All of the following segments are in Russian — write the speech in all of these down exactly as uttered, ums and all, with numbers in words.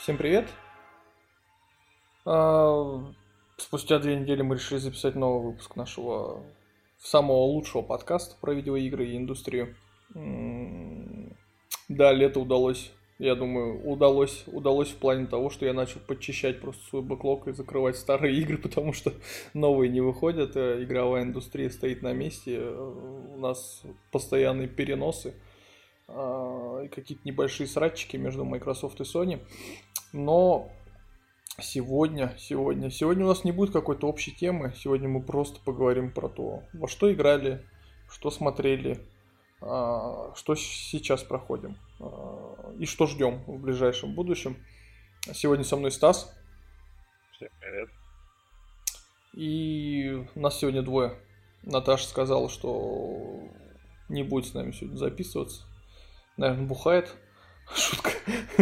Всем привет! А, Спустя две недели мы решили записать новый выпуск нашего самого лучшего подкаста про видеоигры и индустрию. М, Да, лето удалось, я думаю, удалось, удалось в плане того, что я начал подчищать просто свой бэклог и закрывать старые игры, потому что новые не выходят, э, игровая индустрия стоит на месте, э, у нас постоянные переносы а, и какие-то небольшие срачики между Microsoft и Sony. Но сегодня, сегодня, сегодня у нас не будет какой-то общей темы. Сегодня мы просто поговорим про то, во что играли, что смотрели, а, что с- сейчас проходим а, и что ждем в ближайшем будущем. Сегодня со мной Стас, Всем привет. и нас сегодня двое. Наташа сказала, что не будет с нами сегодня записываться. Наверное, бухает. Шутка.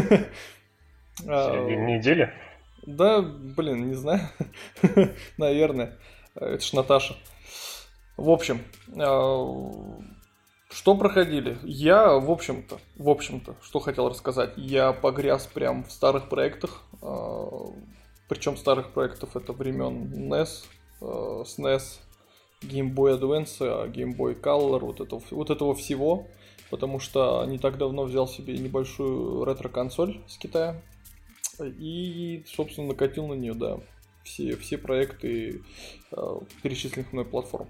А, Середина недели. Да, блин, не знаю. Наверное. Это ж Наташа. В общем, а, что проходили? Я, в общем-то, в общем-то, что хотел рассказать. Я погряз прям в старых проектах. а, Причем старых проектов это времен эн и эс, а, эс эн и эс, Game Boy Advance, а, Game Boy Color, вот этого, вот этого всего. Потому что не так давно взял себе небольшую ретро-консоль с Китая. И, собственно, накатил на нее, да, все, все проекты э, перечисленных мной платформ.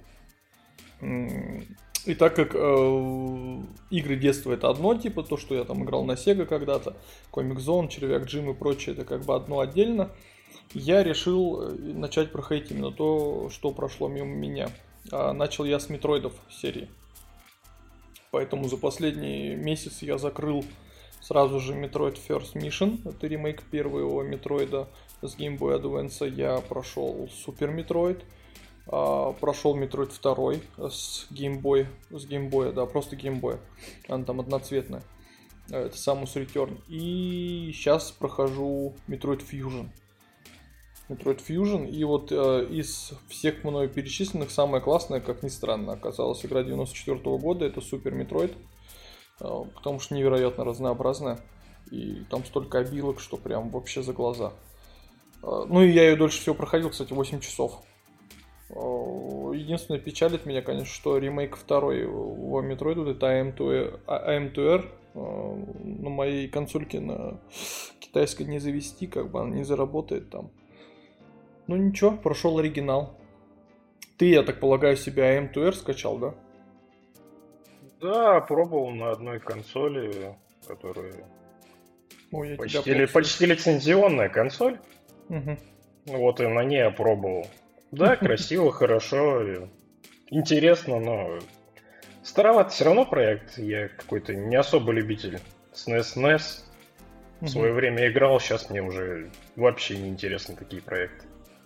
М, И так как э, игры детства это одно, типа то, что я там играл на Sega когда-то, Comic Zone, Червяк Джим и прочее, это как бы одно отдельно, я решил э, начать проходить именно то, что прошло мимо меня. А начал я с Метроидов серии. Поэтому за последний месяц я закрыл сразу же Metroid First Mission. Это ремейк первого Метроида с Game Boy Advance. Я прошел Super Metroid. а, Прошел Metroid два с Game Boy. С Game Boy, да, просто Game Boy. Она там одноцветная. А, Это Samus Return. И сейчас прохожу Metroid Fusion. Metroid Fusion. И вот э, из всех мною перечисленных самое классное, как ни странно, оказалась игра девяносто четвёртого года. Это Super Metroid. э, Потому что невероятно разнообразная. И там столько обилок, что прям вообще за глаза. Э, Ну и я ее дольше всего проходил, кстати, восемь часов. Э, Единственное, печалит меня, конечно, что ремейк второй в Metroid, вот это эй эм два эр, а эм два эр э, на моей консольке на китайской не завести, как бы она не заработает там. Ну ничего, прошел оригинал. Ты, я так полагаю, себе эй эм два эр скачал, да? Да, пробовал на одной консоли, которая Ой, я тебя почти, плохо ли- слышу. почти лицензионная консоль. Мгм. Ну Вот и на ней я пробовал. Да, красиво, хорошо, и интересно, но староват все равно проект. Я какой-то не особо любитель эс эн эс, эн и эс. В Мгм. свое время играл, сейчас мне уже вообще не интересны такие проекты.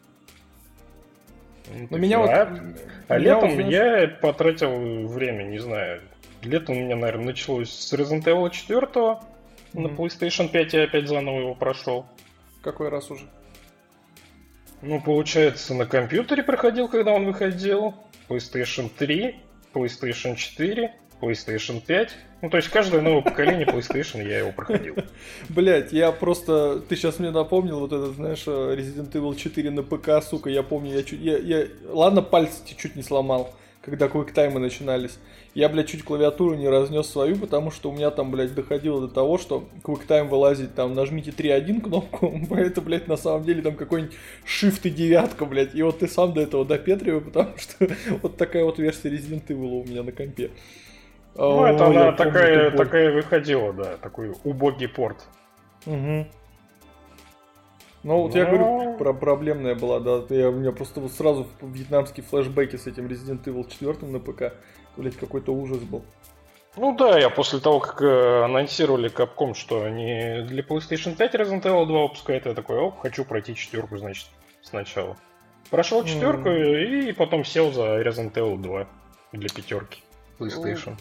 Ну, Но так меня что, вот... а м, А меня вот, летом знаешь, я потратил время, не знаю. Летом у меня, наверное, началось с Resident Evil четыре на Мгм. PlayStation пять, я опять заново его прошел. Какой раз уже? Ну, получается, на компьютере проходил, когда он выходил. PlayStation три, PlayStation четыре, PlayStation пять. Ну, то есть каждое новое поколение PlayStation я его проходил. Блять, я просто... Ты сейчас мне напомнил вот этот, знаешь, э, Resident Evil четыре на ПК, сука, я помню, я чуть... Я, я... Ладно, пальцы чуть не сломал, когда квиктаймы начинались. Я, блядь, чуть клавиатуру не разнес свою, потому что у меня там, блядь, доходило до того, что квиктайм вылазит, там, нажмите три один кнопку, это, блядь, на самом деле там какой-нибудь shift и девятка, блядь, и вот ты сам до этого допетривай, потому что вот такая вот версия Resident Evil у меня на компе. Ну, это О, я она помню такая, эту боль. такая выходила, да, такой убогий порт. Мгм. Ну, вот я говорю, Но... про проблемная была, да. Я, у меня просто вот сразу вьетнамские флешбеки с этим Resident Evil четыре на ПК. Блять, какой-то ужас был. Ну да, я после того, как э, анонсировали Capcom, что они для PlayStation пять Resident Evil два выпускают, я такой, оп, хочу пройти четверку, значит, сначала. Прошел четверку М. и потом сел за Resident Evil два для пятерки PlayStation.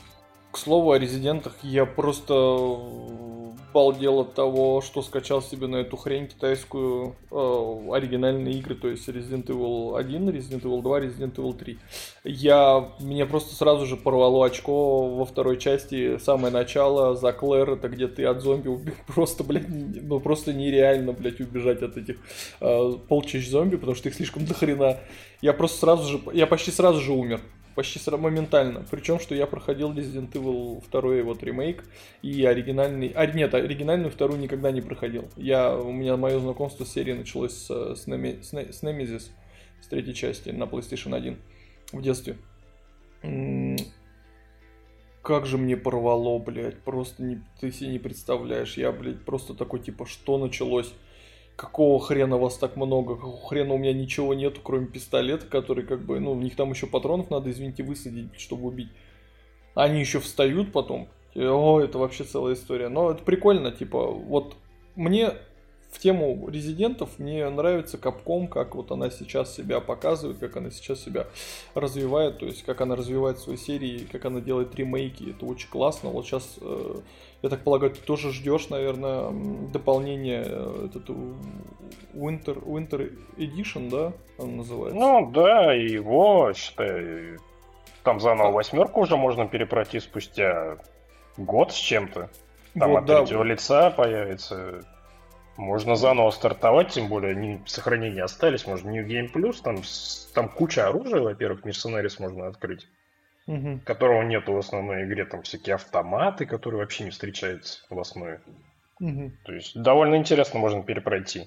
К слову о резидентах, я просто балдел от того, что скачал себе на эту хрень китайскую э, оригинальные игры, то есть Resident Evil один, Resident Evil два, Resident Evil три. Я, меня просто сразу же порвало очко во второй части, самое начало, за Клэр, это где ты от зомби убил, просто, блядь, ну просто нереально, блядь, убежать от этих э, полчищ зомби, потому что их слишком дохрена. Я просто сразу же, я почти сразу же умер. Почти сразу, моментально. Причем, что я проходил Resident Evil два, вот ремейк, и оригинальный... А, нет, оригинальную вторую никогда не проходил. Я, у меня мое знакомство с серией началось с, с, Neme, с, с Nemesis, с третьей части на PlayStation один в детстве. Как же мне порвало, блядь, просто не, ты себе не представляешь. Я, блядь, просто такой, типа, что началось? Какого хрена вас так много? Какого хрена у меня ничего нету, кроме пистолета, который как бы, ну, у них там еще патронов надо, извините, высадить, чтобы убить. Они еще встают потом. О, это вообще целая история. Но это прикольно, типа, вот мне в тему резидентов мне нравится Capcom, как вот она сейчас себя показывает, как она сейчас себя развивает, то есть как она развивает свои серии, как она делает ремейки. Это очень классно. Вот сейчас... Я так полагаю, ты тоже ждешь, наверное, дополнение этот Winter, Winter Edition, да, он называется? Ну да, его, считай, там заново восьмерку уже можно перепройти спустя год с чем-то. Там вот, от да. третьего лица появится. Можно заново стартовать, тем более не, сохранения остались, можно New Game Plus, там, там куча оружия, во-первых, Mercenaries можно открыть. Угу. Которого нету в основной игре, там всякие автоматы, которые вообще не встречаются в основе. Угу. То есть довольно интересно можно перепройти.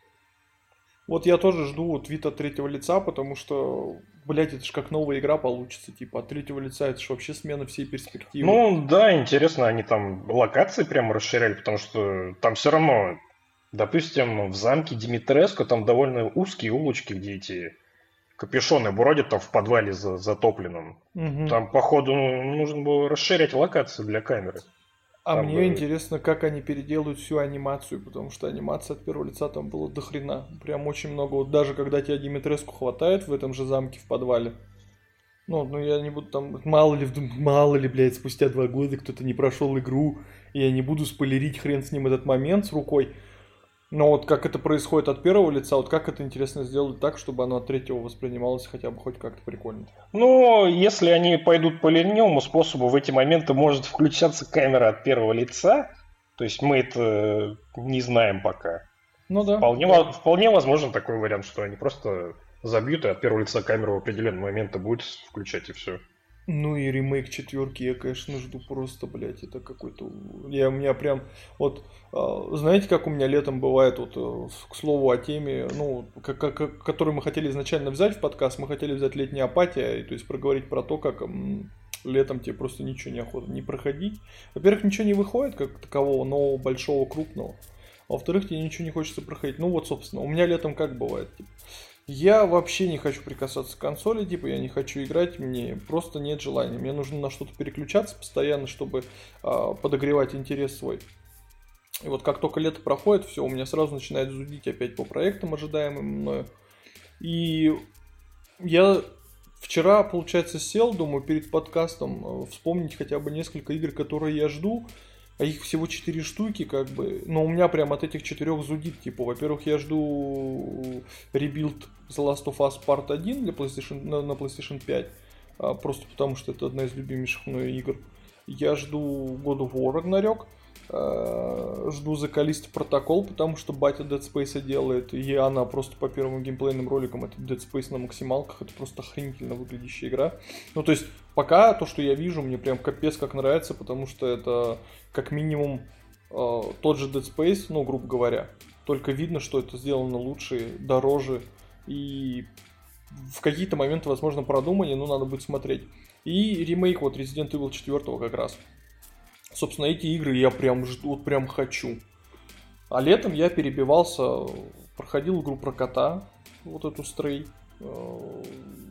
Вот я тоже жду твита от третьего лица, потому что, блять, это же как новая игра получится, типа от третьего лица, это же вообще смена всей перспективы. Ну да, интересно, они там локации прямо расширяли, потому что там все равно, допустим, в замке Димитреско там довольно узкие улочки, где эти... капюшоны бродят там в подвале за, затопленном. Угу. Там, походу, нужно было расширять локации для камеры. А там мне бы... интересно, как они переделают всю анимацию, потому что анимация от первого лица там было дохрена. Прям очень много. Вот даже когда тебя Димитреску хватает в этом же замке в подвале. Ну, ну я не буду там... Мало ли, мало ли, блядь, спустя два года кто-то не прошел игру, и я не буду спойлерить хрен с ним этот момент с рукой. Но вот как это происходит от первого лица, вот как это интересно сделать так, чтобы оно от третьего воспринималось хотя бы хоть как-то прикольно. Ну, если они пойдут по ленивому способу, в эти моменты может включаться камера от первого лица. То есть мы это не знаем пока. Ну да. Вполне, да. вполне возможен такой вариант, что они просто забьют и от первого лица камеру в определенный момент будет включать и все. Ну и ремейк четверки я, конечно, жду просто, блядь, это какой-то... Я, у меня прям, вот, знаете, как у меня летом бывает, вот, к слову о теме, ну, как, как, которую мы хотели изначально взять в подкаст, мы хотели взять «Летняя апатия», и, то есть проговорить про то, как м, летом тебе просто ничего не охота не проходить. Во-первых, ничего не выходит, как такового, нового, большого, крупного. А во-вторых, тебе ничего не хочется проходить. Ну вот, собственно, у меня летом как бывает, типа. Я вообще не хочу прикасаться к консоли, типа, я не хочу играть, мне просто нет желания. Мне нужно на что-то переключаться постоянно, чтобы э, подогревать интерес свой. И вот как только лето проходит, все, у меня сразу начинает зудить опять по проектам, ожидаемым мною. И я вчера, получается, сел, думаю, перед подкастом вспомнить хотя бы несколько игр, которые я жду. А их всего четыре штуки, как бы. Но у меня прям от этих четырех зудит. Типа, во-первых, я жду ребилд The Last of Us Part один для PlayStation, на, на PlayStation пять. А, просто потому, что это одна из любимейших мною игр. Я жду God of War Ragnarok. А, жду The Callisto Protocol, потому что батя Dead Space делает. И она просто по первым геймплейным роликам, это Dead Space на максималках. Это просто охренительно выглядящая игра. Ну, то есть, пока то, что я вижу, мне прям капец как нравится, потому что это... как минимум э, тот же Dead Space, ну, грубо говоря. Только видно, что это сделано лучше, дороже и в какие-то моменты, возможно, продуманнее, но надо будет смотреть. И ремейк вот Resident Evil четыре как раз. Собственно, эти игры я прям жду, вот прям хочу. А летом я перебивался, проходил игру про кота, вот эту Stray. Э,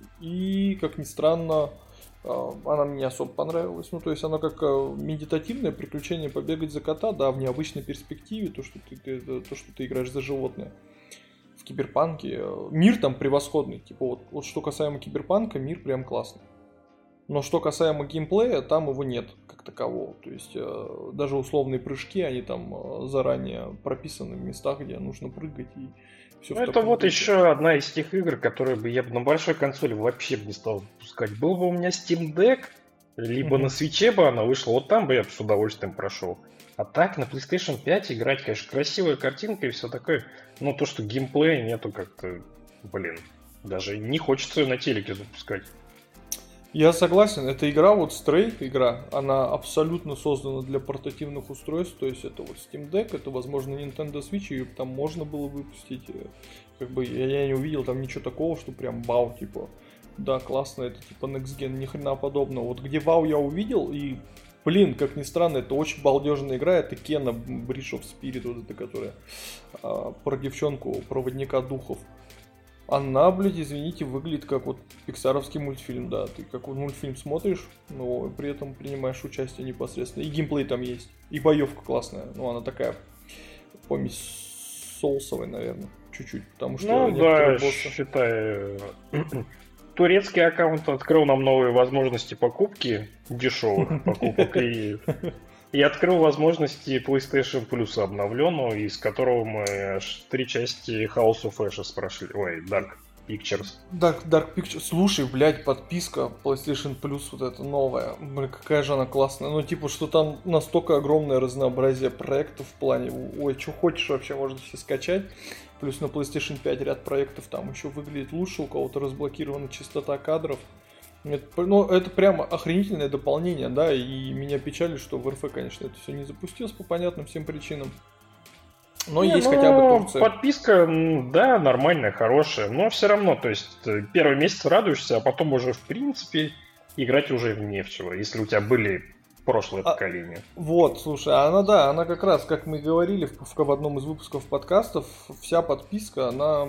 и, как ни странно, она мне не особо понравилась. Ну, то есть, она как медитативное приключение побегать за кота, да, в необычной перспективе, то, что ты, ты, то, что ты играешь за животное. В киберпанке. Мир там превосходный. Типа, вот, вот что касаемо киберпанка, мир прям классный. Но что касаемо геймплея, там его нет как такового. То есть э, даже условные прыжки, они там э, заранее прописаны в местах, где нужно прыгать и все Ну, это вот еще одна из тех игр, которые бы я бы на большой консоли вообще бы не стал выпускать. Был бы у меня Steam Deck, либо mm-hmm. на Switch бы она вышла, вот там бы я бы с удовольствием прошел. А так, на PlayStation пять играть, конечно, красивая картинка и все такое. Но то, что геймплея нету как-то, блин, даже не хочется ее на телеке запускать. Я согласен, эта игра, вот Stray игра, она абсолютно создана для портативных устройств, то есть это вот Steam Deck, это, возможно, Nintendo Switch, ее там можно было выпустить, как бы я, я не увидел там ничего такого, что прям вау, типа, да, классно, это типа Next Gen, ни хрена подобного. Вот где вау я увидел, и, блин, как ни странно, это очень балдежная игра, это Кена Bridge of Spirit, вот эта, которая а, про девчонку, проводника духов. Она, блядь, извините, выглядит как вот пиксаровский мультфильм, да. Ты как вот мультфильм смотришь, но при этом принимаешь участие непосредственно. И геймплей там есть, и боевка классная. Ну, она такая помесь соусовой, наверное, чуть-чуть. Потому что ну, да, боссы... считай, турецкий аккаунт открыл нам новые возможности покупки, дешевых покупок, и... И открыл возможности PlayStation Plus обновленного, из которого мы аж три части House of Ashes прошли. Ой, Dark Pictures. Dark, Dark Pictures. Слушай, блядь, подписка PlayStation Plus вот эта новая. Блин, какая же она классная. Ну, типа, что там настолько огромное разнообразие проектов в плане... Ой, что хочешь вообще, можно все скачать. Плюс на PlayStation пять ряд проектов там еще выглядит лучше. У кого-то разблокирована частота кадров. Это, ну, это прямо охренительное дополнение, да, и меня печалит, что в эр эф, конечно, это все не запустилось по понятным всем причинам. Но не, есть ну, хотя бы Турция. Подписка, да, нормальная, хорошая, но все равно, то есть первый месяц радуешься, а потом уже, в принципе, играть уже не в чего, если у тебя были прошлое а, поколение. Вот, слушай, она, да, она как раз, как мы и говорили в, в, в одном из выпусков подкастов, вся подписка, она...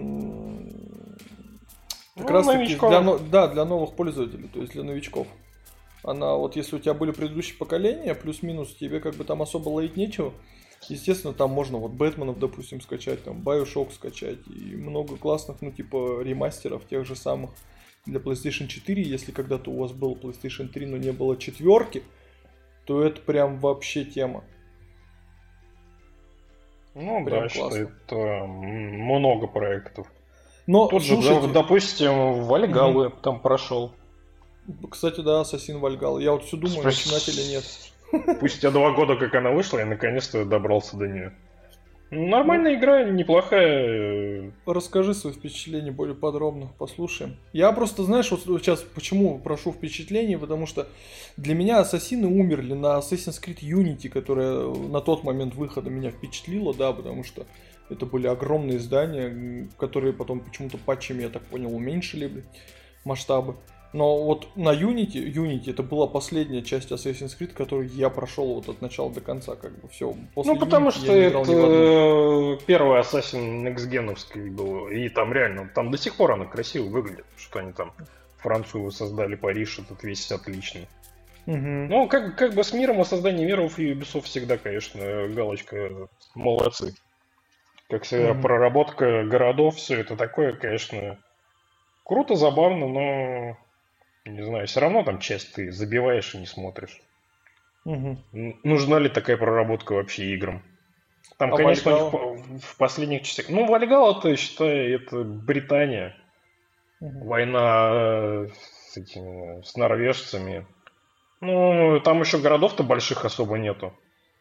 Как ну, раз таки для, да, для новых пользователей, то есть для новичков. Она вот, если у тебя были предыдущие поколения, плюс-минус, тебе как бы там особо ловить нечего. Естественно, там можно вот Бэтменов, допустим, скачать, там Bioshock скачать и много классных, ну типа ремастеров тех же самых для PlayStation четыре. Если когда-то у вас был PlayStation три, но не было четверки, то это прям вообще тема. Ну прям да, классно. Это много проектов. Но, Тут слушайте, же, допустим, Вальгалу я там прошел. Кстати, да, Ассасин Вальгалу. Я вот все думаю, начинать или нет. Пусть я два года, как она вышла, я наконец-то добрался до нее. Нормальная ну, игра, неплохая. Расскажи свои впечатления более подробно, послушаем. Я просто, знаешь, вот сейчас почему прошу впечатлений, потому что для меня ассасины умерли на Assassin's Creed Unity, которая на тот момент выхода меня впечатлила, да, потому что это были огромные здания, которые потом почему-то патчами, я так понял, уменьшили масштабы. Но вот на Unity, Unity это была последняя часть Assassin's Creed, которую я прошел вот от начала до конца, как бы все. После ну, потому Unity что это первый Assassin Next-геновский был, и там реально, там до сих пор она красиво выглядит, что они там Францию создали, Париж, этот весь отличный. Угу. Ну, как, как бы с миром, о создании миров и Ubisoft всегда, конечно, галочка молодцы. Как всегда, угу. Проработка городов, все это такое, конечно, круто, забавно, но... Не знаю, все равно там часть ты забиваешь и не смотришь. Угу. Нужна ли такая проработка вообще играм? Там, а конечно, в, в последних частях... Ну, Вальгалла-то, считай, это Британия. Угу. Война с, этими, с норвежцами. Ну, там еще городов-то больших особо нету.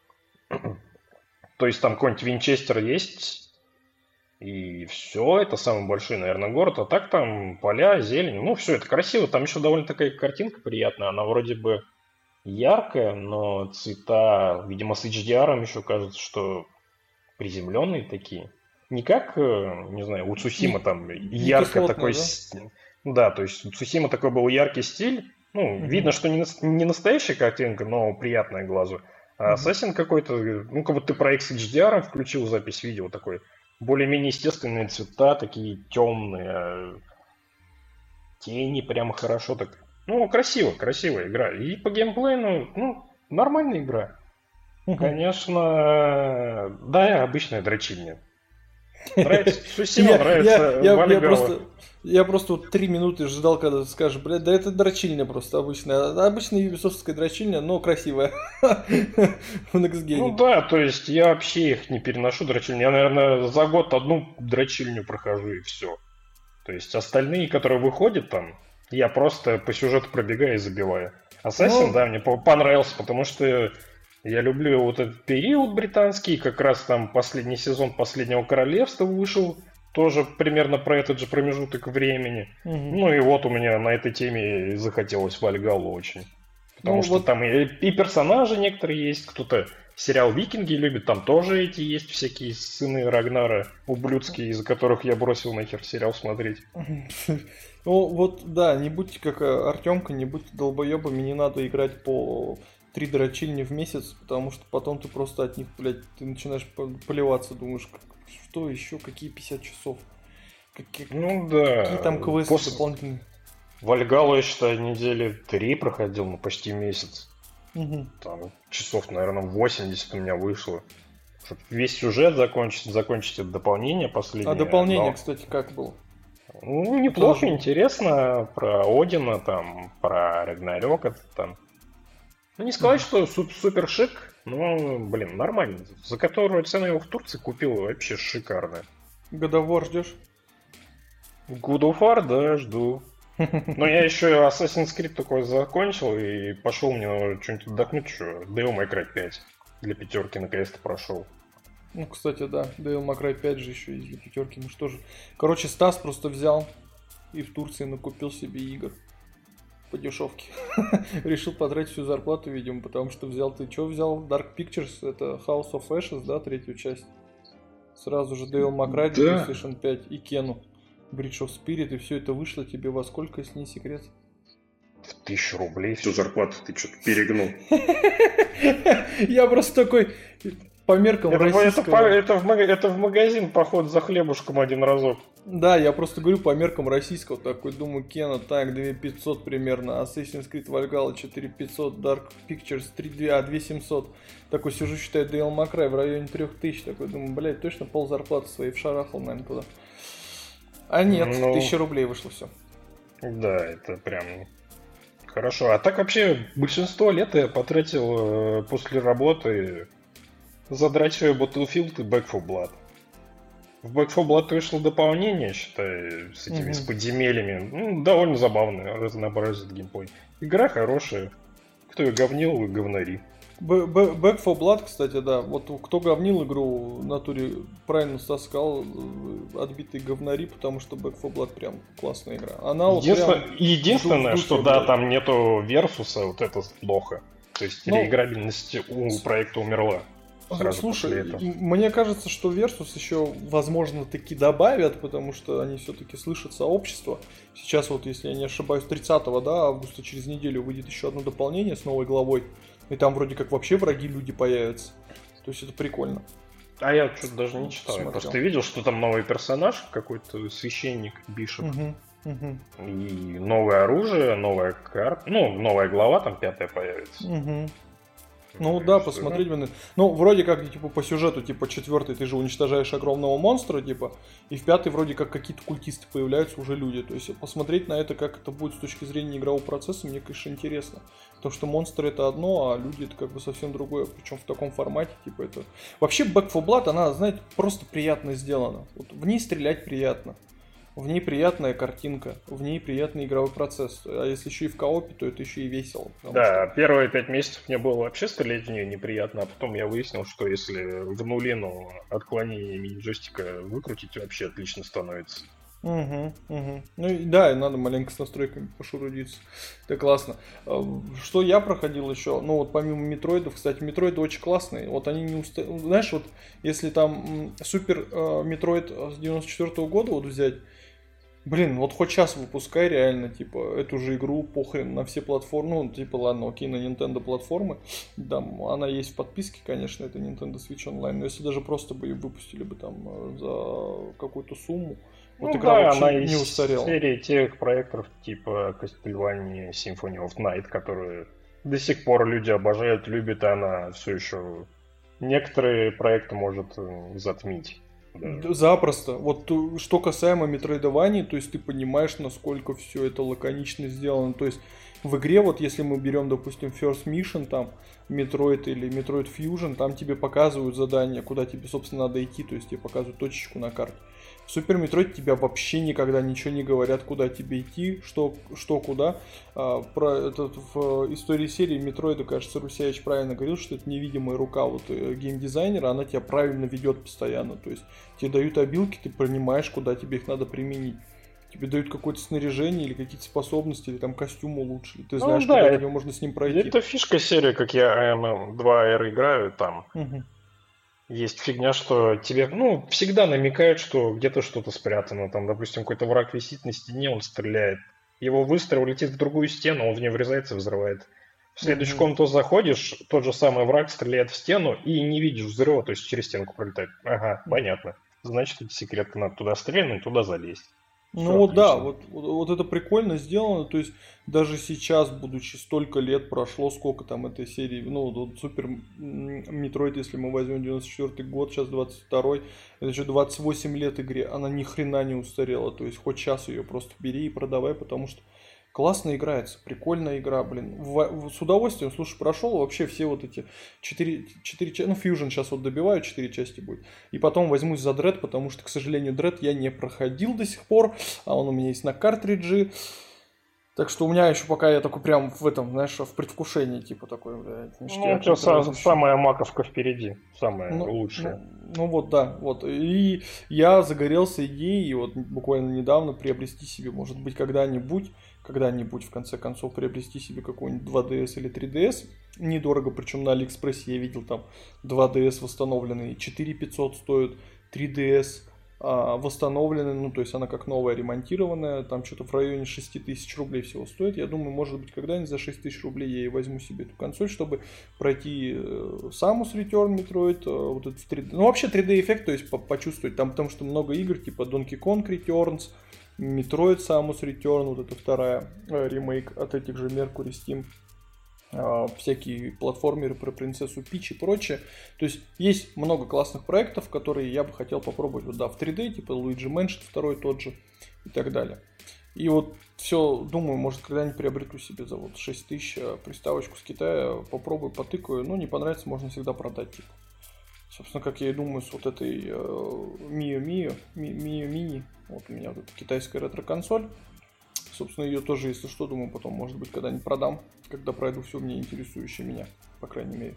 То есть там какой-нибудь Винчестер есть... И все, это самый большой, наверное, город. А так там поля, зелень. Ну, все это красиво. Там еще довольно такая картинка приятная. Она вроде бы яркая, но цвета, видимо, с эйч ди ар еще кажется, что приземленные такие. Не как, не знаю, у Цусима там ярко такой... Да? да, то есть у Цусима такой был яркий стиль. Ну, mm-hmm. видно, что не, не настоящая картинка, но приятная глазу. А Assassin mm-hmm. какой-то, ну, как будто ты про икс эйч ди ар включил запись видео такой. Более-менее естественные цвета, такие темные, тени прямо хорошо так. Ну, красиво, красивая игра. И по геймплею, ну, ну нормальная игра. Uh-huh. Конечно, да, обычная дрочильня. Нравится Сусима, Я, нравится я, я, я Вальгалла. просто, я просто вот три минуты ждал, когда ты скажешь, блядь, да это дрочильня просто обычная. Обычная юбисофтская дрочильня, но красивая. В Next Ну Gen. да, то есть я вообще их не переношу дрочильни. Я, наверное, за год одну дрочильню прохожу и все. То есть остальные, которые выходят там, я просто по сюжету пробегаю и забиваю. Ассасин, Ну, да, мне по- понравился, потому что я люблю вот этот период британский, как раз там последний сезон Последнего Королевства вышел, тоже примерно про этот же промежуток времени. мгм. Ну и вот у меня на этой теме и захотелось Вальгаллу очень. Потому Ну что вот, там и, и персонажи некоторые есть, кто-то сериал «Викинги» любит, там тоже эти есть всякие сыны Рагнара, ублюдские, из-за которых я бросил нахер сериал смотреть. ну вот, да, не будьте как э, Артемка, не будьте долбоебами, не надо играть по три дрочильни в месяц, потому что потом ты просто от них, блядь, ты начинаешь по- поливаться, думаешь, «Как- что еще, какие пятьдесят часов, какие, Ну какие да, там квесты после дополнительные. Вальгалу, я считаю, недели три проходил, ну почти месяц. Мгм. Там часов, наверное, восемьдесят у меня вышло. Чтоб весь сюжет закончить, закончить это дополнение А последнее. дополнение, Но, кстати, как было? ну, неплохо, Тоже. интересно. Про Одина, там, про Рагнарёк, это там. Ну, не сказать, что суп- супер шик, но, блин, нормально. За которую цену я его в Турции купил, вообще шикарно. Годовор ждешь? God of War, да, жду. Но я еще Assassin's Creed такой закончил и пошел мне надо что-нибудь отдохнуть, что Devil May Cry пять для пятерки наконец-то прошел. Ну, кстати, да, Devil May Cry пять же еще из для пятерки, ну что же. Короче, Стас просто взял и в Турции накупил себе игр по дешевке. Решил потратить всю зарплату, видимо, потому что взял, ты что взял? Dark Pictures, это House of Ashes, да, третью часть. Сразу же Devil May Cry для Да. PlayStation пять и Кену. Bridge of Spirit, и все это вышло тебе во сколько, если не секрет? В тысячу рублей всю зарплату ты что-то перегнул. Я просто такой, по меркам Это, это, российского... по- это в, мага- это в магазин поход за хлебушком один разок. Да, я просто говорю по меркам российского, такой думаю, Кена, так, две тысячи пятьсот примерно, Assassin's Creed Valhalla четыре тысячи пятьсот, Dark Pictures три, а, две тысячи семьсот. Такой сижу, считаю, Devil May Cry в районе три тысячи, такой думаю, блядь, точно пол зарплаты своей вшарахал, наверное, туда. А нет, Ну. тысяча рублей вышло все. Да, это прям хорошо. А так вообще большинство лет я потратил э, после работы задрачивая Battlefield и Back four Blood. В Back four Blood вышло дополнение, считай, с этими Мгм. с подземельями. Ну, довольно забавное, разнообразит геймплей. Игра хорошая. Кто ее говнил, вы говнари. Б- Б- Back four Blood, кстати, да, вот кто говнил игру, в натуре правильно Стас сказал, э, отбитые говнари, потому что Back four Blood прям классная игра. Она вот Единственное, прям единственное, в дух- в что духе да, играет. там нету версуса, вот это плохо. То есть Ну, реиграбельность у проекта умерла. Сразу Слушай, после этого. м- мне кажется, что Versus еще, возможно, таки добавят, потому что они все-таки слышат сообщество. Сейчас вот, если я не ошибаюсь, тридцатого да, августа, через неделю выйдет еще одно дополнение с новой главой. И там вроде как вообще враги люди появятся. То есть это прикольно. А я что-то даже не читал. Я Смотрел. просто видел, что там новый персонаж, какой-то священник Бишоп. Мгм, мгм, И новое оружие, новая карта. Ну, новая глава там пятая появится. мгм. Ну и да, что, посмотреть бы. Ну, вроде как, типа, по сюжету, типа, четвертый ты же уничтожаешь огромного монстра, типа, и в пятый вроде как какие-то культисты появляются, уже люди. То есть посмотреть на это, как это будет с точки зрения игрового процесса, мне, конечно, интересно. Потому что монстры это одно, а люди это как бы совсем другое. Причем в таком формате, типа, это... Вообще, Back four Blood, она, знаете, просто приятно сделана. Вот в ней стрелять приятно. В ней приятная картинка, в ней приятный игровой процесс. А если еще и в коопе, то это еще и весело. потому Да, что- первые пять месяцев мне было вообще стрелять в нее неприятно, а потом я выяснил, что если в нулину отклонение мини-джойстика выкрутить, вообще отлично становится. Угу, угу. Ну и да, и надо маленько с настройками пошурудиться. Это классно. А, Что я проходил еще? Ну вот помимо метроидов, кстати, метроиды очень классные. Вот они не уста... Знаешь, вот если там м, супер э, метроид с девяносто четвёртого года вот взять, блин, вот хоть сейчас выпускай реально, типа, эту же игру похрен на все платформы, ну, типа, ладно, окей, на Nintendo платформы, там, она есть в подписке, конечно, это Nintendo Switch Online, но если даже просто бы ее выпустили бы там э, за какую-то сумму, вот Ну игра да, вообще она не из устарела. серии тех проектов типа Castlevania Symphony of Night, которые до сих пор люди обожают, любят, и она все еще некоторые проекты может э, затмить. даже. Запросто. Вот что касаемо Metroidvania, то есть ты понимаешь, насколько все это лаконично сделано. То есть в игре, вот если мы берем, допустим, First Mission, там, Metroid или Metroid Fusion, там тебе показывают задания, куда тебе, собственно, надо идти, то есть тебе показывают точечку на карте. В Super Metroid тебя вообще никогда ничего не говорят, куда тебе идти, что, что куда. А, про этот, в истории серии Metroid, кажется, Русевич правильно говорил, что это невидимая рука вот геймдизайнера, она тебя правильно ведет постоянно. То есть тебе дают обилки, ты понимаешь, куда тебе их надо применить. Тебе дают какое-то снаряжение или какие-то способности, или там костюм улучшили. Ты знаешь, ну, да, куда тебе можно с ним пройти. Это фишка серии, как я эй эм эм два эр играю, там угу. Есть фигня, что тебе, ну, всегда намекают, что где-то что-то спрятано. Там, допустим, какой-то враг висит на стене, он стреляет. Его выстрел летит в другую стену, он в нее врезается и взрывает. В следующую mm-hmm. комнату заходишь, тот же самый враг стреляет в стену и не видишь взрыва, то есть через стенку пролетает. Ага, mm-hmm. понятно. Значит, эти секреты надо туда стрельнуть, туда залезть. Ну Все вот отлично. Да, вот, вот, вот это прикольно сделано, то есть даже сейчас, будучи столько лет прошло, сколько там этой серии, ну вот Супер Метроид, если мы возьмем девяносто четвёртый год, сейчас двадцать второй, это еще двадцать восемь лет игре, она ни хрена не устарела, то есть хоть сейчас ее просто бери и продавай, потому что классно играется, прикольная игра, блин. В, в, с удовольствием, слушай, прошел вообще все вот эти четыре, четыре части, ну, Fusion сейчас вот добиваю, четыре части будет. И потом возьмусь за Dread, потому что, к сожалению, Dread я не проходил до сих пор, а он у меня есть на картридже. Так что у меня еще пока я такой прям в этом, знаешь, в предвкушении, типа такой, блядь, ништяк. Ну, сам, самая маковка впереди, самая ну, лучшая. Ну, ну вот, да, вот. И я загорелся идеей, вот буквально недавно приобрести себе, может быть, когда-нибудь, когда-нибудь, в конце концов, приобрести себе какой-нибудь два ди эс или три ди эс. Недорого, причем на Алиэкспрессе я видел там два ди эс восстановленный, четыре тысячи пятьсот стоит, три ди эс а, восстановленный, ну, то есть она как новая, ремонтированная, там что-то в районе шесть тысяч рублей всего стоит. Я думаю, может быть, когда-нибудь за шесть тысяч рублей я и возьму себе эту консоль, чтобы пройти Samus Return Metroid, вот этот три ди. Ну, вообще три ди-эффект, то есть почувствовать, там потому что много игр, типа Donkey Kong Returns, Metroid Samus Return, вот это вторая э, ремейк от этих же Mercury Steam, э, всякие платформеры про принцессу Пич и прочее. То есть есть много классных проектов, которые я бы хотел попробовать, вот, да, в три ди, типа Luigi Mansion второй тот же и так далее. И вот все, думаю, может, когда-нибудь приобрету себе за вот шесть тысяч приставочку с Китая, попробую, потыкаю, ну, не понравится, можно всегда продать, типа. Собственно, как я и думаю, с вот этой э, Mio Mio, Mio Mini, вот у меня вот эта китайская ретро-консоль. Собственно, ее тоже, если что, думаю, потом, может быть, когда-нибудь продам, когда пройду все мне интересующее меня, по крайней мере.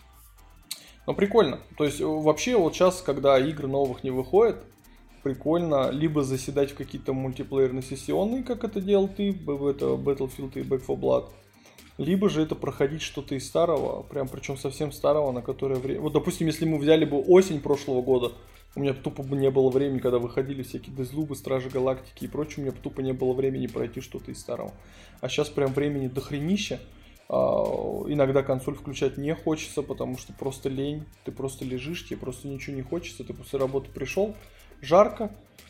Но прикольно. То есть, вообще, вот сейчас, когда игры новых не выходят, прикольно либо заседать в какие-то мультиплеерные сессионные, как это делал ты, в это Battlefield и Back four Blood, либо же это проходить что-то из старого, прям причем совсем старого, на которое время... Вот, допустим, если мы взяли бы осень прошлого года, у меня тупо бы не было времени, когда выходили всякие Дезлубы, Стражи Галактики и прочее, у меня тупо не было времени пройти что-то из старого. А сейчас прям времени дохренища. А, иногда консоль включать не хочется, потому что просто лень, ты просто лежишь, тебе просто ничего не хочется, ты после работы пришел, жарко,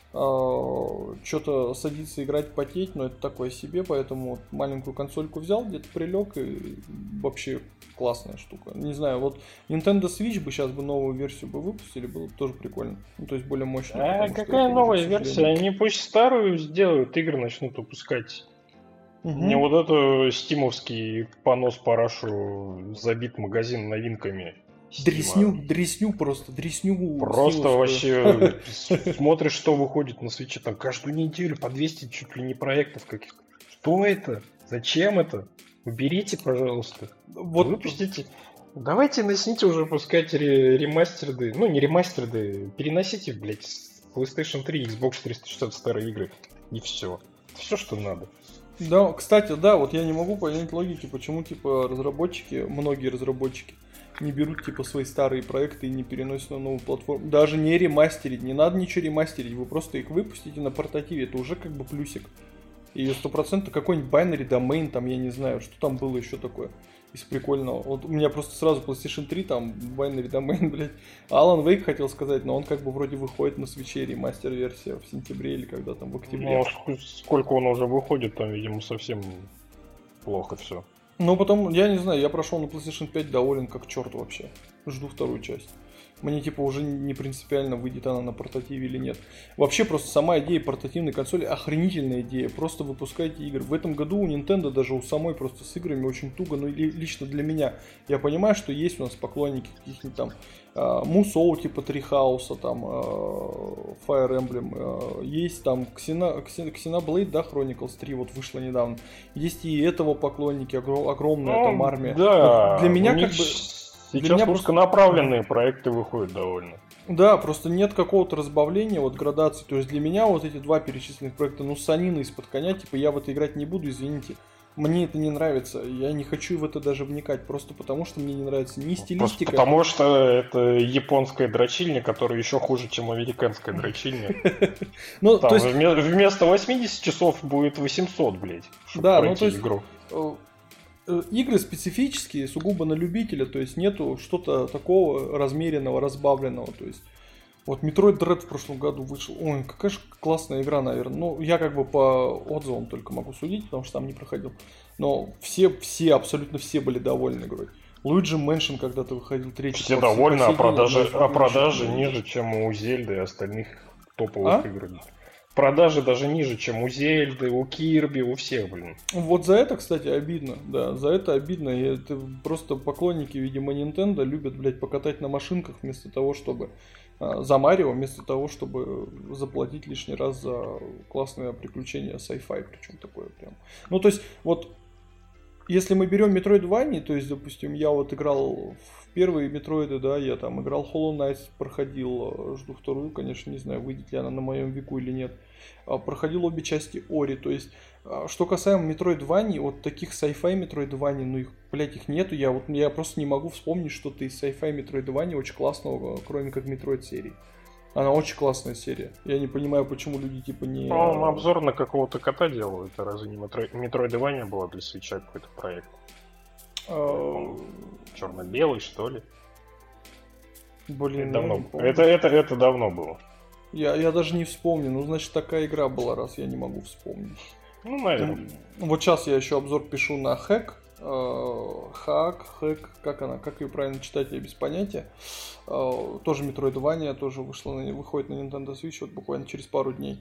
что-то садиться играть, потеть, но это такое себе, поэтому вот маленькую консольку взял, где-то прилег, и вообще классная штука. Не знаю, вот Nintendo Switch бы сейчас бы новую версию бы выпустили, было бы тоже прикольно. Ну, то есть более мощная. А какая новая уже, версия? Они пусть старую сделают, игры начнут выпускать. Угу. Не вот это стимовский понос парашу забит магазин новинками. Дресню, дресню просто, дресню. Просто вообще смотришь, что выходит на Switch, там каждую неделю по двести чуть ли не проектов каких-то. Что это? Зачем это? Уберите, пожалуйста. Вот. Выпустите. Давайте начните уже выпускать ремастерды. Ну, не ремастерды, переносите, блядь, с PlayStation три, Xbox триста шестьдесят старые игры. И все. Все, что надо. Да, кстати, да, вот я не могу понять логики, почему, типа, разработчики, многие разработчики, не берут, типа, свои старые проекты и не переносят на новую платформу. Даже не ремастерить, не надо ничего ремастерить, вы просто их выпустите на портативе, это уже как бы плюсик. И сто процентов какой-нибудь binary domain, там, я не знаю, что там было еще такое из прикольного. Вот у меня просто сразу PlayStation три, там, binary domain, блядь. Alan Wake хотел сказать, но он как бы вроде выходит на свитче, ремастер-версия в сентябре или когда там, в октябре. Ну, сколько он уже выходит, там, видимо, совсем плохо все. Ну, потом, я не знаю, я прошел на PlayStation пять доволен как черт вообще. Жду вторую часть. Мне, типа, уже не принципиально, выйдет она на портативе или нет. Вообще, просто сама идея портативной консоли охренительная идея. Просто выпускайте игры. В этом году у Nintendo даже у самой просто с играми очень туго. Ну, лично для меня. Я понимаю, что есть у нас поклонники каких-нибудь там Musou, типа Treehouse, там Fire Emblem. Есть там Xenoblade, да, Chronicles три вот вышла недавно. Есть и этого поклонники, огромная ну, там армия. Да, для меня как бы... Сейчас узконаправленные просто... проекты выходят довольно. Да, просто нет какого-то разбавления, вот градации. То есть для меня вот эти два перечисленных проекта, ну, санина из-под коня, типа я в это играть не буду, извините. Мне это не нравится, я не хочу в это даже вникать, просто потому что мне не нравится ни стилистика. Просто потому что это японская дрочильня, которая еще хуже, чем американская дрочильня. Ну, то есть... Вместо восемьдесят часов будет восемьсот, блядь, чтобы да, пройти ну, то есть... игру. Игры специфические, сугубо на любителя, то есть нету что-то такого размеренного, разбавленного, то есть вот Metroid Dread в прошлом году вышел, ой, какая же классная игра, наверное, ну я как бы по отзывам только могу судить, потому что там не проходил, но все, все, абсолютно все были довольны игрой. Luigi Mansion когда-то выходил третий. Все довольны, а продажи, а продажи ниже, чем у Зельды и остальных топовых а? игр. Продажи даже ниже, чем у Зельды, у Кирби, у всех, блин. Вот за это, кстати, обидно, да, за это обидно. И это просто поклонники, видимо, Nintendo любят, блядь, покатать на машинках вместо того, чтобы... А, за Марио, вместо того, чтобы заплатить лишний раз за классное приключение sci-fi, причем такое прям. Ну, то есть, вот, если мы берем Metroidvania, то есть, допустим, я вот играл в первые Метроиды, да, я там играл Hollow Knight, проходил, жду вторую, конечно, не знаю, выйдет ли она на моем веку или нет. Проходил обе части Ори, то есть, что касаемо Metroidvania, вот таких sci-fi Metroidvania, ну их, блядь, их нету, я вот, я просто не могу вспомнить что-то из sci-fi Metroidvania очень классного, кроме как Metroid серии. Она очень классная серия. Я не понимаю, почему люди типа не... Ну, обзор на какого-то кота делают, а разве не Metroidvania была для Switch'а какой-то проект? А... Черно-белый, что ли? Блин, это давно, это, это, это давно было. Я, я даже не вспомню. Ну, значит, такая игра была, раз я не могу вспомнить. Ну, наверное. Вот сейчас я еще обзор пишу на Хэк. Хак, Хэк, как она, как ее правильно читать, я без понятия. Тоже Metroidvania, тоже вышла на, выходит на Nintendo Switch вот буквально через пару дней.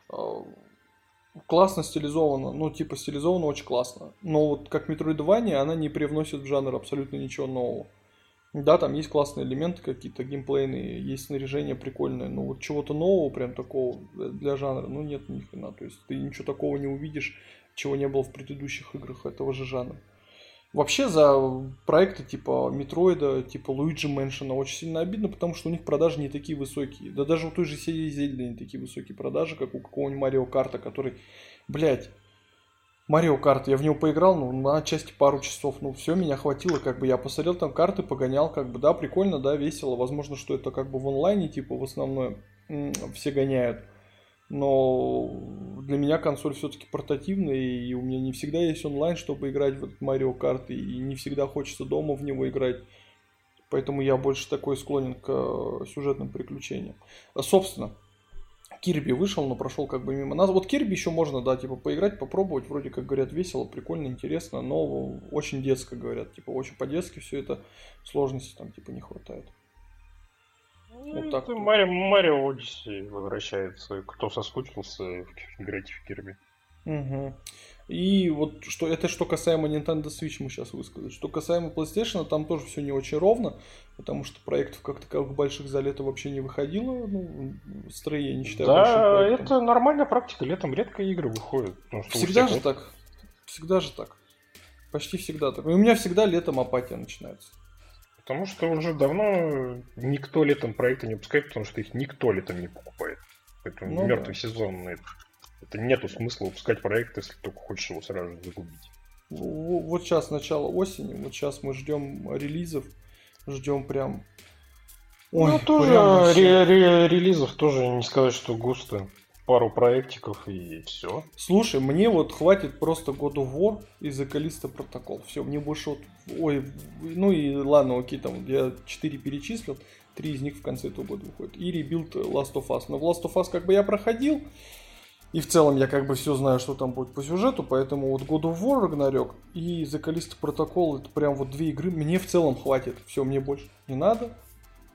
Классно стилизовано, ну, типа стилизовано очень классно. Но вот как Metroidvania она не привносит в жанр абсолютно ничего нового. Да, там есть классные элементы какие-то, геймплейные, есть снаряжение прикольное, но вот чего-то нового, прям такого для жанра, ну нет ни хрена. То есть ты ничего такого не увидишь, чего не было в предыдущих играх этого же жанра. Вообще за проекты типа Метроида, типа Luigi Mansion очень сильно обидно, потому что у них продажи не такие высокие. Да даже у той же серии Зельды не такие высокие продажи, как у какого-нибудь Марио Карта, который, блядь, Марио Карт, я в него поиграл, ну, на части пару часов, ну, все, меня хватило, как бы, я посмотрел там карты, погонял, как бы, да, прикольно, да, весело, возможно, что это как бы в онлайне, типа, в основном все гоняют, но для меня консоль все-таки портативная, и у меня не всегда есть онлайн, чтобы играть в этот Марио Карт, и не всегда хочется дома в него играть, поэтому я больше такой склонен к сюжетным приключениям. Собственно, Кирби вышел, но прошел как бы мимо нас. Вот Кирби еще можно, да, типа поиграть, попробовать, вроде как говорят, весело, прикольно, интересно, но очень детско говорят, типа очень по-детски все это, сложности там типа не хватает. Ну, вот так. Марио, Марио Одиссей возвращается, кто соскучился играть в Кирби. Угу. И вот что это что касаемо Nintendo Switch мы сейчас высказали. Что касаемо PlayStation, там тоже все не очень ровно, потому что проектов как таковых больших за лето вообще не выходило. Ну, Stray я не считаю большим проектом. Да, это нормальная практика. Летом редко игры выходят. Всегда же так. Всегда же так. Почти всегда так. И у меня всегда летом апатия начинается. Потому что уже давно никто летом проекты не выпускает, потому что их никто летом не покупает. Поэтому ну, мертвый да. сезон. Это, это нету смысла выпускать проект, если только хочешь его сразу же загубить. Вот сейчас начало осени, вот сейчас мы ждем релизов, ждем прям... Ой, ну, тоже прям ре- ре- релизов тоже не сказать, что густо. Пару проектиков и все. Слушай, мне вот хватит просто God of War и The Callisto Protocol. Все, мне больше вот... Ой, ну и ладно, окей, там я четыре перечислил, три из них в конце этого года выходят. И Rebuild Last of Us. Но в Last of Us как бы я проходил, и в целом я как бы все знаю, что там будет по сюжету, поэтому вот God of War Ragnarok и The Callisto Protocol это прям вот две игры, мне в целом хватит. Все, мне больше не надо.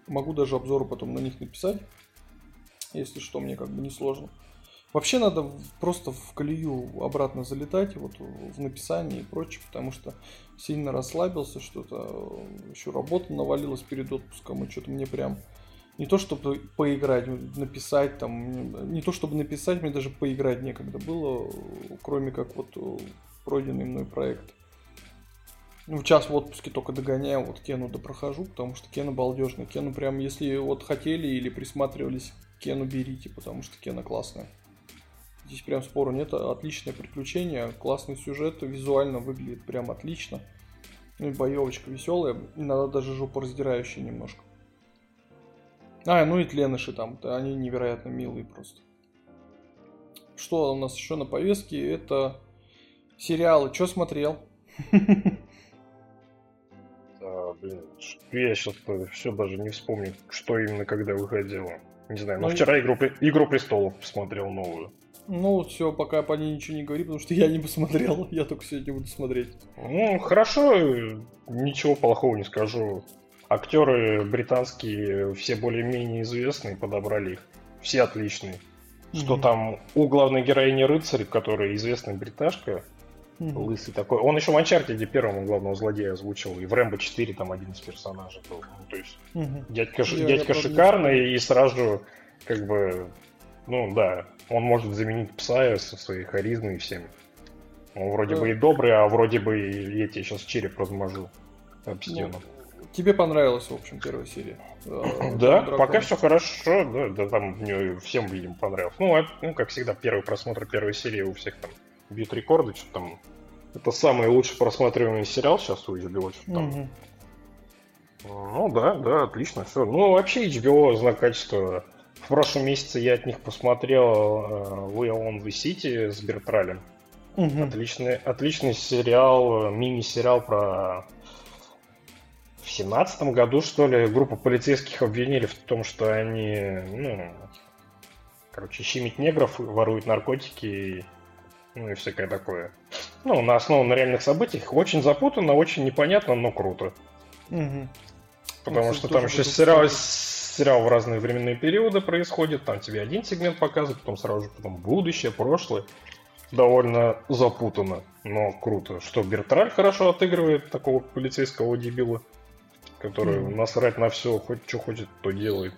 Могу даже обзоры потом на них написать, если что, мне как бы не сложно. Вообще надо просто в колею обратно залетать, вот в написании и прочее, потому что сильно расслабился, что-то еще работа навалилась перед отпуском, и что-то мне прям не то чтобы поиграть, написать там, не то чтобы написать, мне даже поиграть некогда было, кроме как вот пройденный мной проект. Ну, час в отпуске только догоняю, вот Кену допрохожу, потому что Кена балдежный. Кену прям, если вот хотели или присматривались, Кену берите, потому что Кена классная. Здесь прям спору нет, отличное приключение, классный сюжет, визуально выглядит прям отлично. Ну и боевочка веселая, иногда даже жопораздирающая немножко. А, ну и тленыши там, они невероятно милые просто. Что у нас еще на повестке? Это сериалы. Что смотрел? Да, блин, я сейчас все даже не вспомню, что именно когда выходило. Не знаю, но ну, вчера игру, игру престолов посмотрел новую. Ну, все, пока по ней ничего не говори, потому что я не посмотрел, я только сегодня буду смотреть. Ну, хорошо, ничего плохого не скажу. Актеры британские, все более-менее известные, подобрали их. Все отличные. Mm-hmm. Что там у главной героини рыцарь, которая известная бриташка, mm-hmm. лысый такой. Он еще в Uncharted первому главного злодея озвучил, и в Рэмбо четыре там один из персонажей был. Ну, то есть mm-hmm. дядька, я, дядька я шикарный, и сразу как бы, ну да, он может заменить Псая со своей харизмой и всем. Он вроде да. бы и добрый, а вроде бы и я тебе сейчас череп размажу об стену. Ну, тебе понравилась, в общем, первая серия? Да, пока все хорошо, да, да, там мне всем, видимо, понравилось. Ну, это, ну, как всегда, первый просмотр первой серии у всех там бьют рекорды, что там. Это самый лучший просматриваемый сериал сейчас у эйч би о. Там. Mm-hmm. Ну да, да, отлично, все. Ну, вообще эйч би о знак качества. В прошлом месяце я от них посмотрел uh, We Own the City с Бертралем. Mm-hmm. Отличный, отличный сериал, мини-сериал про... В семнадцатом году, что ли, группу полицейских обвинили в том, что они, ну, короче, щемить негров, воруют наркотики, ну и всякое такое. Ну, на основе на реальных событиях. Очень запутанно, очень непонятно, но круто. Mm-hmm. Потому ну, что там еще сериал... Сериал в разные временные периоды происходит, там тебе один сегмент показывают, потом сразу же потом будущее, прошлое. Довольно запутанно, но круто. Что Бертраль хорошо отыгрывает такого полицейского дебила, который mm-hmm. насрать на все, хоть что хочет, то делает.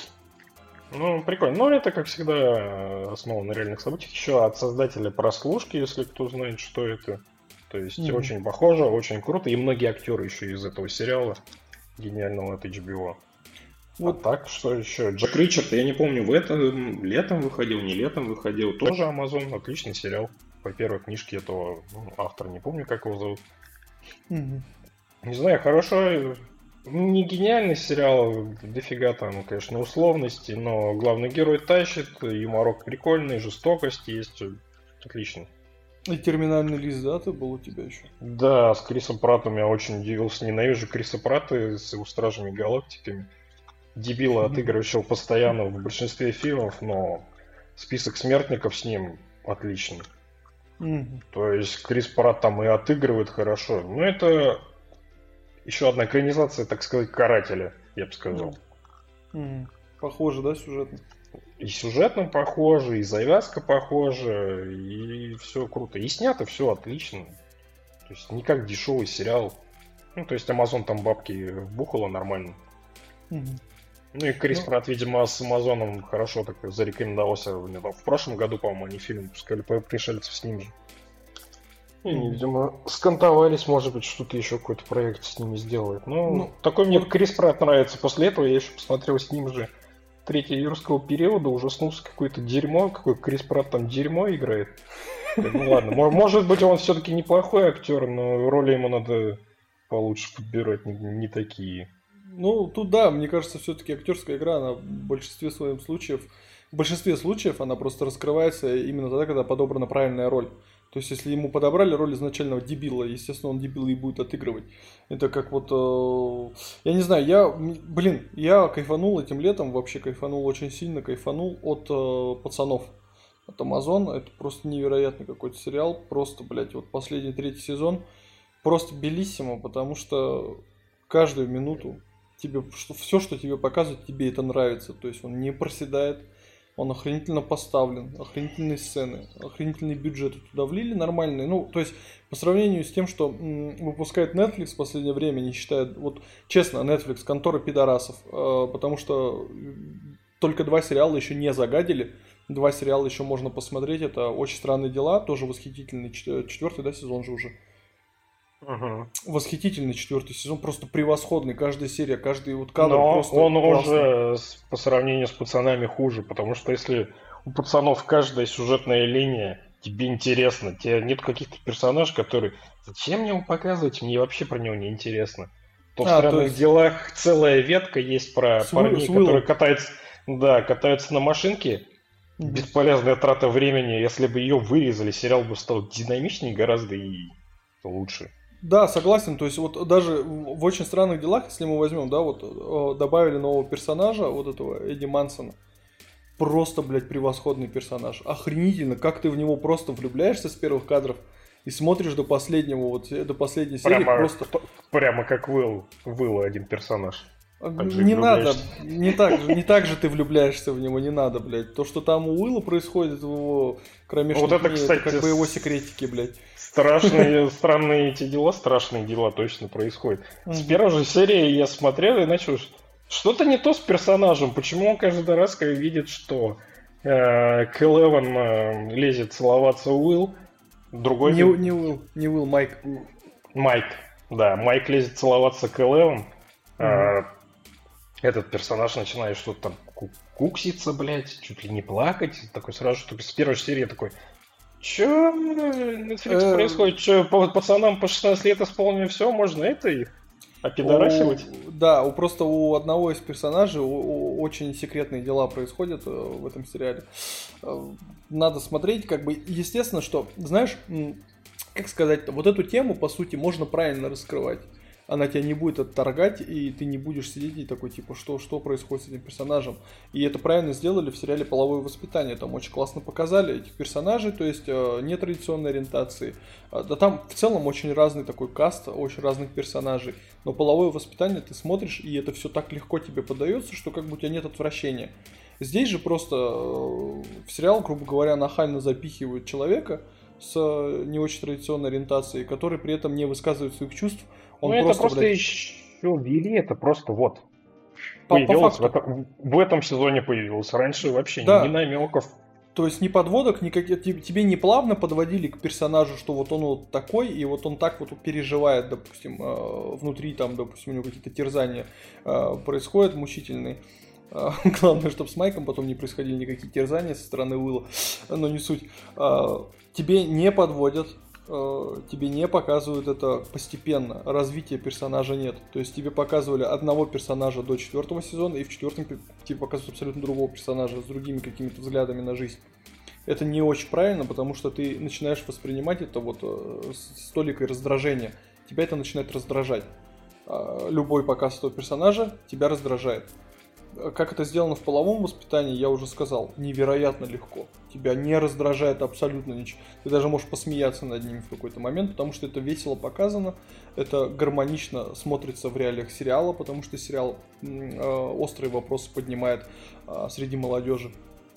Ну, прикольно. Но это, как всегда, основа на реальных событиях. Еще от создателя «Прослушки», если кто знает, что это. То есть mm-hmm. очень похоже, очень круто. И многие актеры еще из этого сериала гениального от эйч би о. Вот. А так, что еще? Джек Ричард, я не помню, в этом летом выходил, не летом выходил. Тоже Amazon, отличный сериал. По первой книжке этого ну, автора, не помню, как его зовут. Mm-hmm. Не знаю, хорошо. Не гениальный сериал, дофига там, конечно, условности, но главный герой тащит, юморок прикольный, жестокость есть. Отлично. И терминальный лист, да, ты был у тебя еще? Да, с Крисом Праттом я очень удивился. Ненавижу Криса Пратта с его Стражами Галактиками. Дебила, отыгрывающего постоянно в большинстве фильмов, но список смертников с ним отличный. Mm-hmm. То есть Крис Пратт там и отыгрывает хорошо. Ну, это еще одна экранизация, так сказать, Карателя, я бы сказал. Mm-hmm. Похоже, да, сюжетно? И сюжетно похоже, и завязка похожа, и все круто. И снято все отлично. То есть не как дешевый сериал. Ну, то есть Amazon там бабки вбухало нормально. Mm-hmm. Ну и Крис ну, Пратт, видимо, с Амазоном хорошо так зарекомендовался. В прошлом году, по-моему, они фильм пускали про пришельцев с ним же. И они, видимо, скантовались, может быть, что-то еще какой-то проект с ними сделает. Ну, ну такой мне вот... Крис Пратт нравится. После этого я еще посмотрел с ним же Третьего юрского периода, ужаснулся какое-то дерьмо, какой Крис Пратт там дерьмо играет. Ну ладно, может быть, он все-таки неплохой актер, но роли ему надо получше подбирать, не такие. Ну, тут да, мне кажется, все-таки актерская игра, она в большинстве своих случаев, в большинстве случаев она просто раскрывается именно тогда, когда подобрана правильная роль. То есть, если ему подобрали роль изначального дебила, естественно, он дебила и будет отыгрывать. Это как вот, э, я не знаю, я, блин, я кайфанул этим летом, вообще кайфанул очень сильно, кайфанул от э, пацанов, от Amazon. Это просто невероятный какой-то сериал, просто, блядь, вот последний третий сезон, просто белиссимо, потому что каждую минуту тебе, что, все, что тебе показывают, тебе это нравится. То есть он не проседает, он охренительно поставлен, охренительные сцены, охренительные бюджеты туда влили нормальные. Ну, то есть по сравнению с тем, что м, выпускает Netflix в последнее время, не считая, вот честно, Netflix, контора пидорасов, э, потому что только два сериала еще не загадили. Два сериала еще можно посмотреть. Это «Очень странные дела», тоже восхитительный. Четвертый, да, сезон же уже. Угу. Восхитительный четвертый сезон, просто превосходный. Каждая серия, каждый вот кадр Но просто он классный. уже с- по сравнению с пацанами хуже, потому что если у пацанов каждая сюжетная линия тебе интересна, тебе нет каких-то персонажей, которые зачем мне его показывать, мне вообще про него не интересно. То в А, то «Странных есть делах» целая ветка есть про с, Уи- парней, с которые Уиллом. катаются, да, катаются на машинке. Мгм. Бесполезная трата времени. Если бы ее вырезали, сериал бы стал динамичнее гораздо и лучше. Да, согласен. То есть вот даже в в «Очень странных делах», если мы возьмем, да, вот э, добавили нового персонажа, вот этого Эдди Мансона. Просто, блядь, превосходный персонаж. Охренительно, как ты в него просто влюбляешься с первых кадров и смотришь до последнего, вот э, до последней серии Прямо, просто. прямо как Will, Will один персонаж. Так же и Не надо, влюбляешься. не так же, не так же ты влюбляешься в него, не надо, блядь. То, что там у Уилла происходит в его кромешной Вот это, тьме, это кстати, как бы его с- секретики, блядь. страшные, странные эти дела, страшные дела точно происходят. С Мгм. первой же серии я смотрел и начал, ш- что-то не то с персонажем. Почему он каждый раз, как видит, что э, к Элевен э, лезет целоваться Уилл, другой Не, ви- не Уилл, не Уилл, Майк. Майк, да, Майк лезет целоваться к Элевен, Мгм. э, этот персонаж начинает что-то там ку- кукситься, блядь, чуть ли не плакать. Такой сразу, что с первой серии я такой, чё, Netflix Э, происходит? Чё, по пацанам по шестнадцать лет исполнено все, можно это их у, опидорасивать? да, у просто у одного из персонажей у- у- очень секретные дела происходят э, в этом сериале. Э, Надо смотреть, как бы, естественно, что, знаешь, м, как сказать, вот эту тему, по сути, можно правильно раскрывать. Она тебя не будет отторгать, и ты не будешь сидеть и такой, типа, что, что происходит с этим персонажем. И это правильно сделали в сериале «Половое воспитание». Там очень классно показали этих персонажей, то есть э, нетрадиционной ориентации. А, да там в целом очень разный такой каст, очень разных персонажей. Но «Половое воспитание» ты смотришь, и это все так легко тебе подается, что как бы у тебя нет отвращения. Здесь же просто э, в сериал, грубо говоря, нахально запихивают человека с э, не очень традиционной ориентацией, который при этом не высказывает своих чувств. Ну, Он это просто, просто блядь, еще ввели, это просто вот. по, по Появилось в факту. этом, в этом сезоне появилось. Раньше вообще ни Да, намеков. то есть ни подводок, никаких, те- тебе не плавно подводили к персонажу, что вот он вот такой, и вот он так вот переживает, допустим, э, внутри там, допустим, у него какие-то терзания э, происходят мучительные. Э, Главное, чтобы с Майком потом не происходили никакие терзания со стороны Уилла, но не суть. Э, Тебе не подводят, э, тебе не показывают это постепенно, развития персонажа нет. То есть тебе показывали одного персонажа до четвертого сезона, и в четвертом пе- тебе показывают абсолютно другого персонажа с другими какими-то взглядами на жизнь. Это не очень правильно, потому что ты начинаешь воспринимать это вот э, с толикой раздражения. Тебя это начинает раздражать. А, Любой показ этого персонажа тебя раздражает. Э, Как это сделано в половом воспитании, я уже сказал, невероятно легко. Тебя не раздражает абсолютно ничего. Ты даже можешь посмеяться над ними в какой-то момент, потому что это весело показано, это гармонично смотрится в реалиях сериала, потому что сериал м, э, острые вопросы поднимает э, среди молодежи.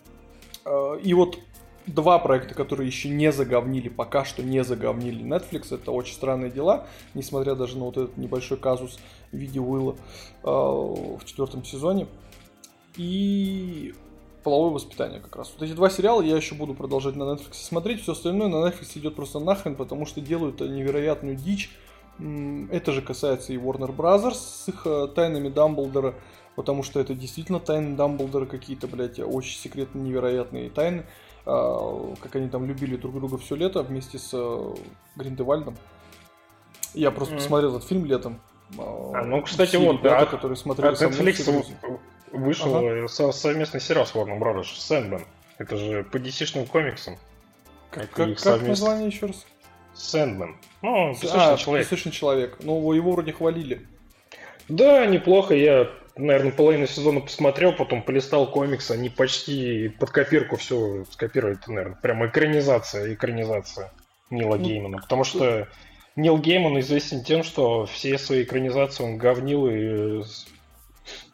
Э, И вот два проекта, которые еще не заговнили, пока что не заговнили Netflix, это «Очень странные дела», несмотря даже на вот этот небольшой казус в виде Уилла э, в четвертом сезоне. И «Половое воспитание» как раз. Вот эти два сериала я еще буду продолжать на Netflix смотреть. Все остальное на Netflix идет просто нахрен, потому что делают невероятную дичь. М, Это же касается и Warner Brothers с их э, тайнами Дамблдора, потому что это действительно тайны Дамблдора какие-то, блядь, очень секретные, невероятные тайны. А, Как они там любили друг друга все лето вместе с э, Гриндевальдом. Я просто Мгм. посмотрел этот фильм летом. А, ну, кстати, Все вот, ребята, да, которые смотрели от со мной, все Netflix друзья. в- вышел Ага. э, со- совместный сериал с Warner Brothers, Sandman. Это же по ди си-шным комиксам. Как, Это как, их как совместный. название еще раз? Sandman. Ну, С- песочный А, человек. «Песочный человек». Ну, его вроде хвалили. Да, неплохо. Я, наверное, половину сезона посмотрел, потом полистал комикс. Они почти под копирку все скопировали. Это, наверное, прямо экранизация, экранизация Нила Ну, Геймана. Потому что Нил Гейман известен тем, что все свои экранизации он говнил и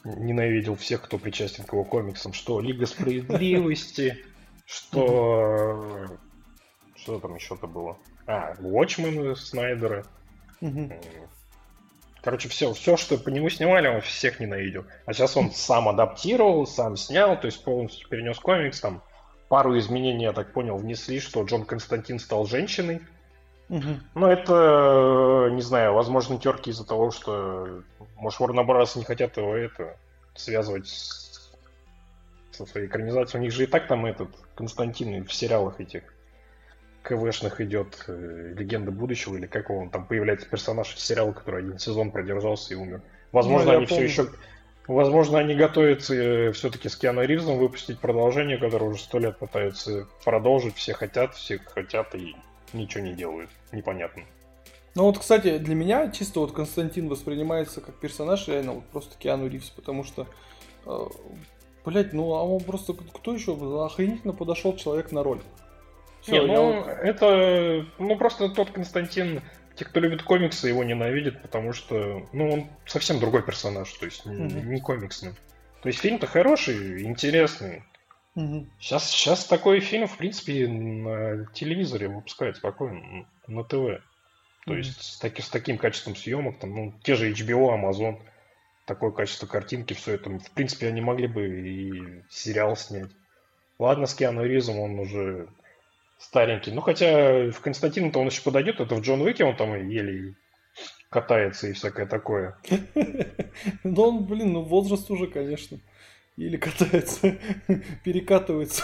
ненавидел всех, кто причастен к его комиксам. Что Лига Справедливости, что... Что там еще-то было? А, Watchmen Снайдера. Короче, все, все, что по нему снимали, он всех ненавидел. А сейчас он сам адаптировал, сам снял, то есть полностью перенес комикс. Там пару изменений, я так понял, внесли, что Джон Константин стал женщиной. Угу. Но это, не знаю, возможно, терки из-за того, что, может, Warner Bros. Не хотят его это связывать с... со своей экранизацией. У них же и так там этот Константин в сериалах этих КВшных идет э, «Легенда будущего», или как он там появляется персонаж из сериала, который один сезон продержался и умер. Возможно, ну, они помню. все еще... Возможно, они готовятся э, все-таки с Киану Ривзом выпустить продолжение, которое уже сто лет пытаются продолжить. Все хотят, все хотят и ничего не делают. Непонятно. Ну вот, кстати, для меня чисто вот Константин воспринимается как персонаж реально вот просто Киану Ривз, потому что, э, блять, ну а он просто, кто еще охренительно подошел человек на роль. Всё, не, ну вот... это, ну просто тот Константин, те, кто любит комиксы, его ненавидят, потому что, ну он совсем другой персонаж, то есть mm-hmm. не комиксный. То есть фильм-то хороший, интересный. Mm-hmm. Сейчас, сейчас такой фильм, в принципе, на телевизоре выпускают спокойно, на ТВ. То mm-hmm. есть с, таки, с таким качеством съемок, там, ну, те же эйч би о, Amazon, такое качество картинки, все это, в принципе, они могли бы и сериал снять. Ладно, с Киану Ривзом он уже старенький. Ну, хотя в Константина-то он еще подойдет, это в Джон Уике он там еле катается и всякое такое. Ну, он, блин, ну возраст уже, конечно. Еле катается, перекатывается.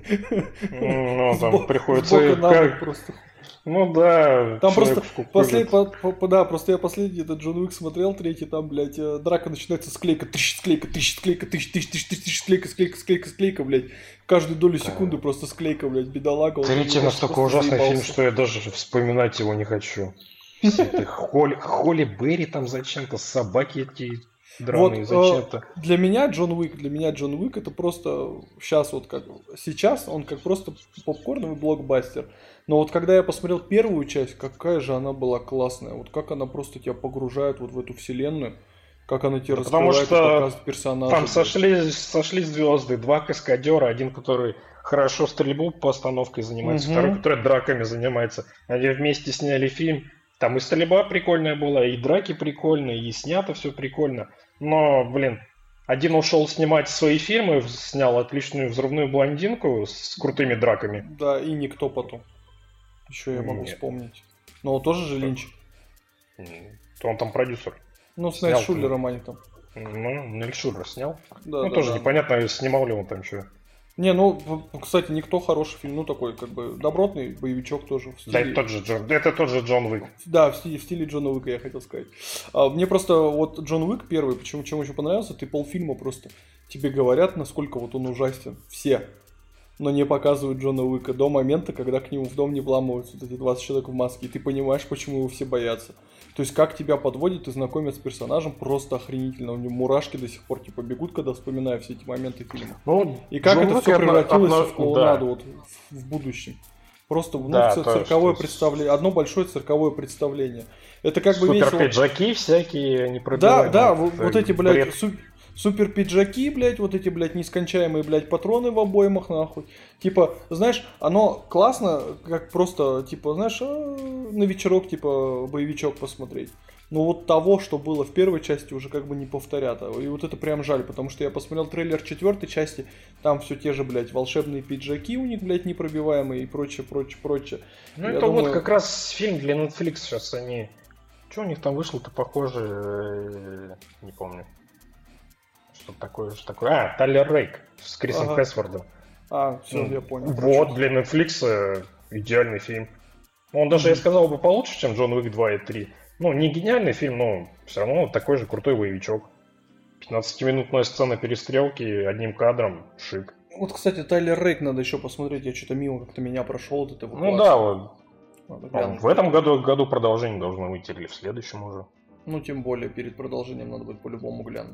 Ну, там приходится... просто. Ну да. Там просто, послед... по, по, да, просто я последний этот Джон Уик смотрел, третий, там, блядь, драка начинается склейка, тысяч, склейка, тысяч, склейка, тысяч, тысяч, тысяч, тысяч, склейка, склейка, склейка, склейка, блядь. Каждую долю секунды да. просто склейка, блядь, бедолага. Третий настолько ужасный заебался. Фильм, что я даже вспоминать его не хочу. Все это Холли, Холли Берри там зачем-то, собаки эти драные вот, зачем-то. Э, для меня Джон Уик, для меня Джон Уик это просто сейчас вот как, сейчас он как просто попкорновый блокбастер. Но вот когда я посмотрел первую часть, какая же она была классная. Вот как она просто тебя погружает вот в эту вселенную. Как она тебе да раскрывает и показывает персонажей. Там сошлись, сошлись звезды. Два каскадера. Один, который хорошо стрельбу по остановке занимается. Угу. Второй, который драками занимается. Они вместе сняли фильм. Там и стрельба прикольная была, и драки прикольные, и снято все прикольно. Но, блин, один ушел снимать свои фильмы, снял отличную взрывную блондинку с крутыми драками. Да, и никто потом. Еще я могу Нет. вспомнить. Но он тоже же Линч. То он там продюсер. Ну, с Найль Шулером они там. Ну, Найль Шулер снял. Да, ну, да, тоже да. непонятно, снимал ли он там что. Не, ну, кстати, никто хороший фильм, ну, такой, как бы, добротный боевичок тоже. В стиле... Да, это тот, же Джон, это тот же Джон Уик. Да, в стиле, в стиле Джона Уика, я хотел сказать. А, мне просто вот Джон Уик первый, почему, чем очень понравился, ты полфильма просто, тебе говорят, насколько вот он ужасен. Все. Но не показывают Джона Уика до момента, когда к нему в дом не вламываются вот эти двадцать человек в маске, и ты понимаешь, почему его все боятся. То есть, как тебя подводят и знакомят с персонажем, просто охренительно. У него мурашки до сих пор типа бегут, когда вспоминаю все эти моменты фильма. Ну, и как Джон это Уик все превратилось одно... в клоунаду да. вот, в, в будущем. Просто ну, да, цирковое то, представление, одно большое цирковое представление. Это как бы Супер пиджаки всякие, не Да, да, вот, вот эти, блядь, су- супер пиджаки, блядь, вот эти, блядь, нескончаемые, блядь, патроны в обоймах, нахуй. Типа, знаешь, оно классно, как просто, типа, знаешь, на вечерок, типа, боевичок посмотреть. Но вот того, что было в первой части, уже как бы не повторят. И вот это прям жаль, потому что я посмотрел трейлер четвертой части, там все те же, блядь, волшебные пиджаки у них, блядь, непробиваемые и прочее, прочее, прочее. Ну я это думаю... вот как раз фильм для Netflix сейчас они... Что у них там вышло-то похоже? Не помню. Что такое, что такое? А, Тайлер Рейк с Крисом ага. Хемсвортом. А, все, ну, я понял. Вот, для Netflix идеальный фильм. Он даже, mm-hmm. я сказал бы, получше, чем Джон Уик два и три. Ну, не гениальный фильм, но все равно такой же крутой боевичок. пятнадцатиминутная сцена перестрелки одним кадром, шик. Вот, кстати, Тайлер Рейк надо еще посмотреть, я что-то мимо как-то меня прошел. Вот это ну да, вот. В этом году, году продолжение должно выйти или в следующем уже. Ну, тем более, перед продолжением надо будет по-любому глянуть.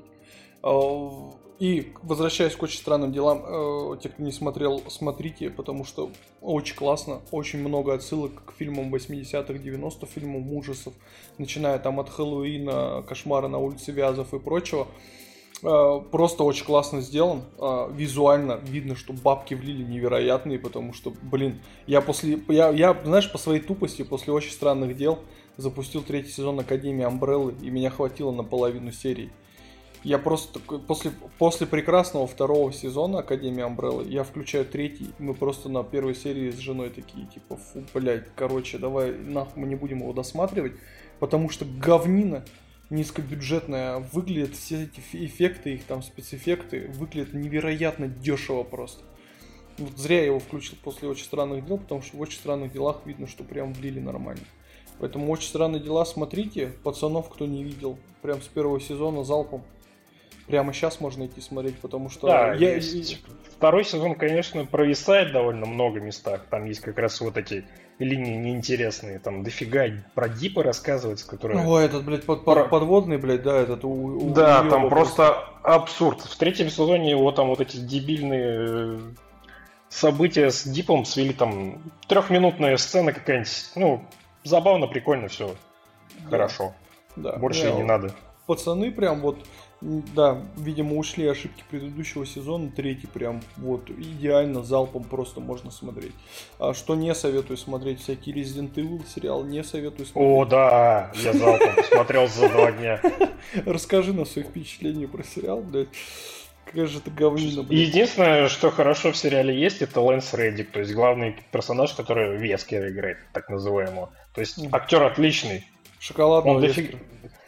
И, возвращаясь к очень странным делам, те, кто не смотрел, смотрите, потому что очень классно, очень много отсылок к фильмам восьмидесятых, девяностых, фильмам ужасов, начиная там от Хэллоуина, Кошмара на улице Вязов и прочего. А, Просто очень классно сделан. А, Визуально видно, что бабки влили невероятные, потому что, блин, я после, я, я, знаешь, по своей тупости, после «Очень странных дел» запустил третий сезон Академии Амбреллы, и меня хватило на половину серии. Я просто такой, после, после прекрасного второго сезона Академии Амбреллы, я включаю третий, мы просто на первой серии с женой такие, типа, фу, блядь, короче, давай нахуй мы не будем его досматривать, потому что говнина низкобюджетная, выглядят все эти эффекты, их там спецэффекты, выглядят невероятно дешево просто. Вот зря я его включил после «Очень странных дел», потому что в «Очень странных делах» видно, что прям влили нормально. Поэтому «Очень странные дела» смотрите, пацанов, кто не видел, прям с первого сезона залпом. Прямо сейчас можно идти смотреть, потому что... Да, я... есть. Второй сезон, конечно, провисает довольно много местах. Там есть как раз вот эти линии неинтересные. Там дофига про Дипа рассказывается, которые... Ой, этот, блядь, под, под, про... подводный, блядь, да, этот... У, у, да, у там просто абсурд. В третьем сезоне его там вот эти дебильные события с Дипом свели, там трехминутная сцена какая-нибудь. Ну, забавно, прикольно, все. Да. Хорошо. Да. Больше я, и не надо. Пацаны прям вот... Да, видимо, ушли ошибки предыдущего сезона, третий прям вот идеально залпом просто можно смотреть. А что не советую смотреть, всякий Resident Evil сериал не советую смотреть. О, да, я залпом посмотрел за два дня. Расскажи нам свои впечатления про сериал, блядь. Какая же это говнина, блядь. Единственное, что хорошо в сериале есть, это Лэнс Реддик, то есть главный персонаж, который Вескер играет, так называемого. То есть mm. актер отличный. Шоколадного Вескера.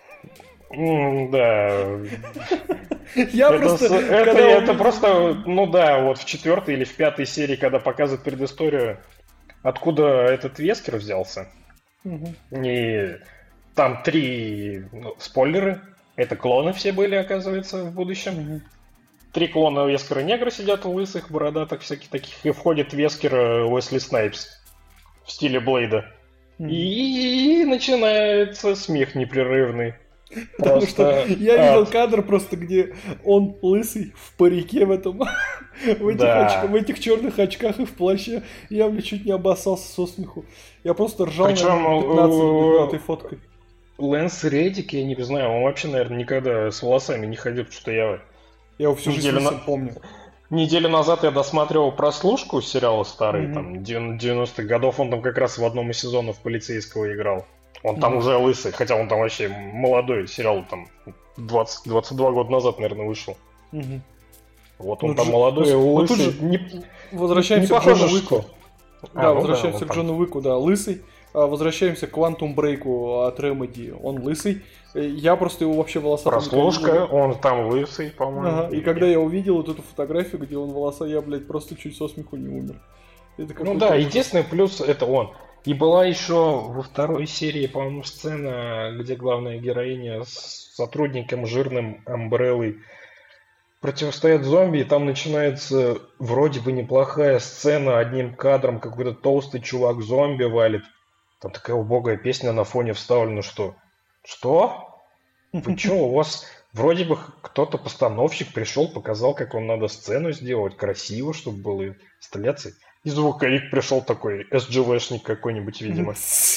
Mm, да. Я это, просто, это, это просто, ну да, вот в четвертой или в пятой серии, когда показывают предысторию, откуда этот Вескер взялся. Угу. И там три ну, спойлеры. Это клоны все были, оказывается, в будущем. Угу. Три клона Вескера негра сидят у лысых, бородатых, всяких таких. И входит Вескер Уэсли Снайпс в стиле Блейда. Mm. И, и начинается смех непрерывный. Потому просто... что я видел кадр просто, где он лысый в парике в этом, в этих, да. очках, в этих черных очках и в плаще. Я, блин, чуть не обоссался со смеху. Я просто ржал Причем, на пятнадцать минут этой фоткой. Лэнс Реддик, я не знаю, он вообще, наверное, никогда с волосами не ходил, потому что я... Я его всю жизнь на... помню. Неделю назад я досматривал прослушку сериала старый, mm-hmm. там, девяностых годов, он там как раз в одном из сезонов полицейского играл. Он там mm-hmm. уже лысый, хотя он там вообще молодой, сериал там двадцать, двадцать два года назад, наверное, вышел. Mm-hmm. Вот он ну, там ж... молодой, ну, лысый. Вот же... не... Возвращаемся не к Джону Уику. Да, а, ну возвращаемся да, к Джону Уику, да, лысый. Возвращаемся к Quantum Break от Remedy, он лысый. Я просто его вообще волосатым... Прослушка, он там лысый, по-моему. Ага, и когда я увидел вот эту фотографию, где он волоса, я, блядь, просто чуть со смеху не умер. Это ну да, единственный плюс это он. И была еще во второй серии, по-моему, сцена, где главная героиня с сотрудником жирным Амбреллой противостоят зомби, и там начинается вроде бы неплохая сцена, одним кадром какой-то толстый чувак зомби валит. Там такая убогая песня на фоне вставлена, что... Что? Вы что, у вас вроде бы кто-то, постановщик, пришел, показал, как вам надо сцену сделать, красиво, чтобы было стреляться. И звуковик пришел такой, эс джи ви-шник какой-нибудь, видимо.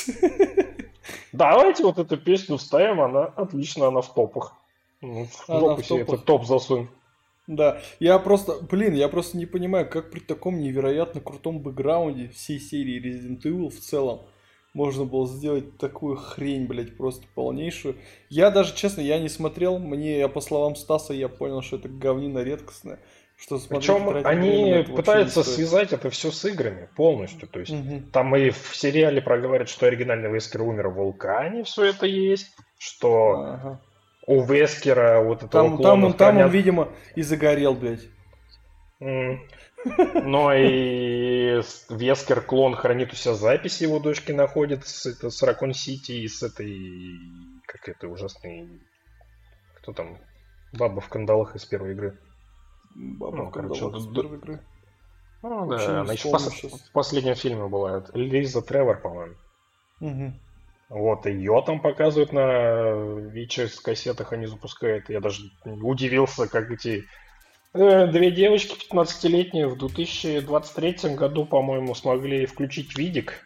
Давайте вот эту песню вставим, она отлично, она в топах. Ну, в жопу себе этот топ засунь. Да, я просто, блин, я просто не понимаю, как при таком невероятно крутом бэкграунде всей серии Resident Evil в целом можно было сделать такую хрень, блядь, просто полнейшую. Я даже, честно, я не смотрел, мне, я по словам Стаса, я понял, что это говнина редкостная. Что Причем они пытаются связать это все с играми полностью. То есть угу. там и в сериале проговорят, что оригинальный Вескер умер в вулкане, все это есть, что ага. у Вескера вот этого там, клона... Там, там хранят... он, видимо, и загорел, блядь. Mm. Но и Вескер клон хранит у себя записи, его дочки находят с, с Ракон Сити и с этой... Как это ужасный... Кто там? Баба в кандалах из первой игры. Баба ну, в кандалах из первой игры. Ну да, она еще пос... в последнем фильме была. Лиза Тревор, по-моему. Угу. Вот, ее там показывают на ви эйч эс-кассетах, они запускают. Я даже удивился, как эти... Две девочки пятнадцатилетние в две тысячи двадцать третьем году, по-моему, смогли включить видик.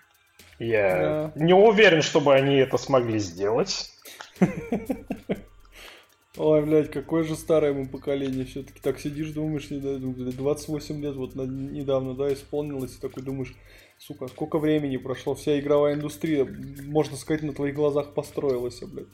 Я да. не уверен, чтобы они это смогли сделать. Ой, блядь, какое же старое мы поколение. Все-таки так сидишь, думаешь, двадцать восемь лет вот недавно, да, исполнилось, и такой думаешь, сука, сколько времени прошло, вся игровая индустрия, можно сказать, на твоих глазах построилась, блядь.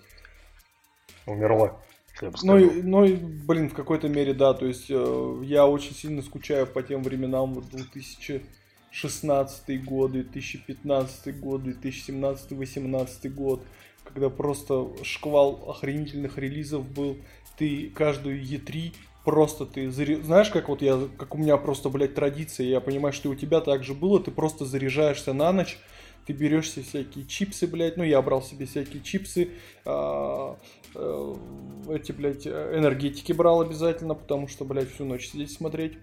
Умерла. Ну, и, ну и, блин, в какой-то мере, да, то есть э, я очень сильно скучаю по тем временам, вот две тысячи шестнадцатый год, две тысячи пятнадцатый год, две тысячи семнадцатый - две тысячи восемнадцатый год, когда просто шквал охренительных релизов был, ты каждую и три просто ты, заря... знаешь, как вот я, как у меня просто, блядь, традиция, я понимаю, что и у тебя так же было, ты просто заряжаешься на ночь, ты берешь себе всякие чипсы, блядь, ну я брал себе всякие чипсы, а, а, эти, блядь, энергетики брал обязательно, потому что, блядь, всю ночь сидеть смотреть.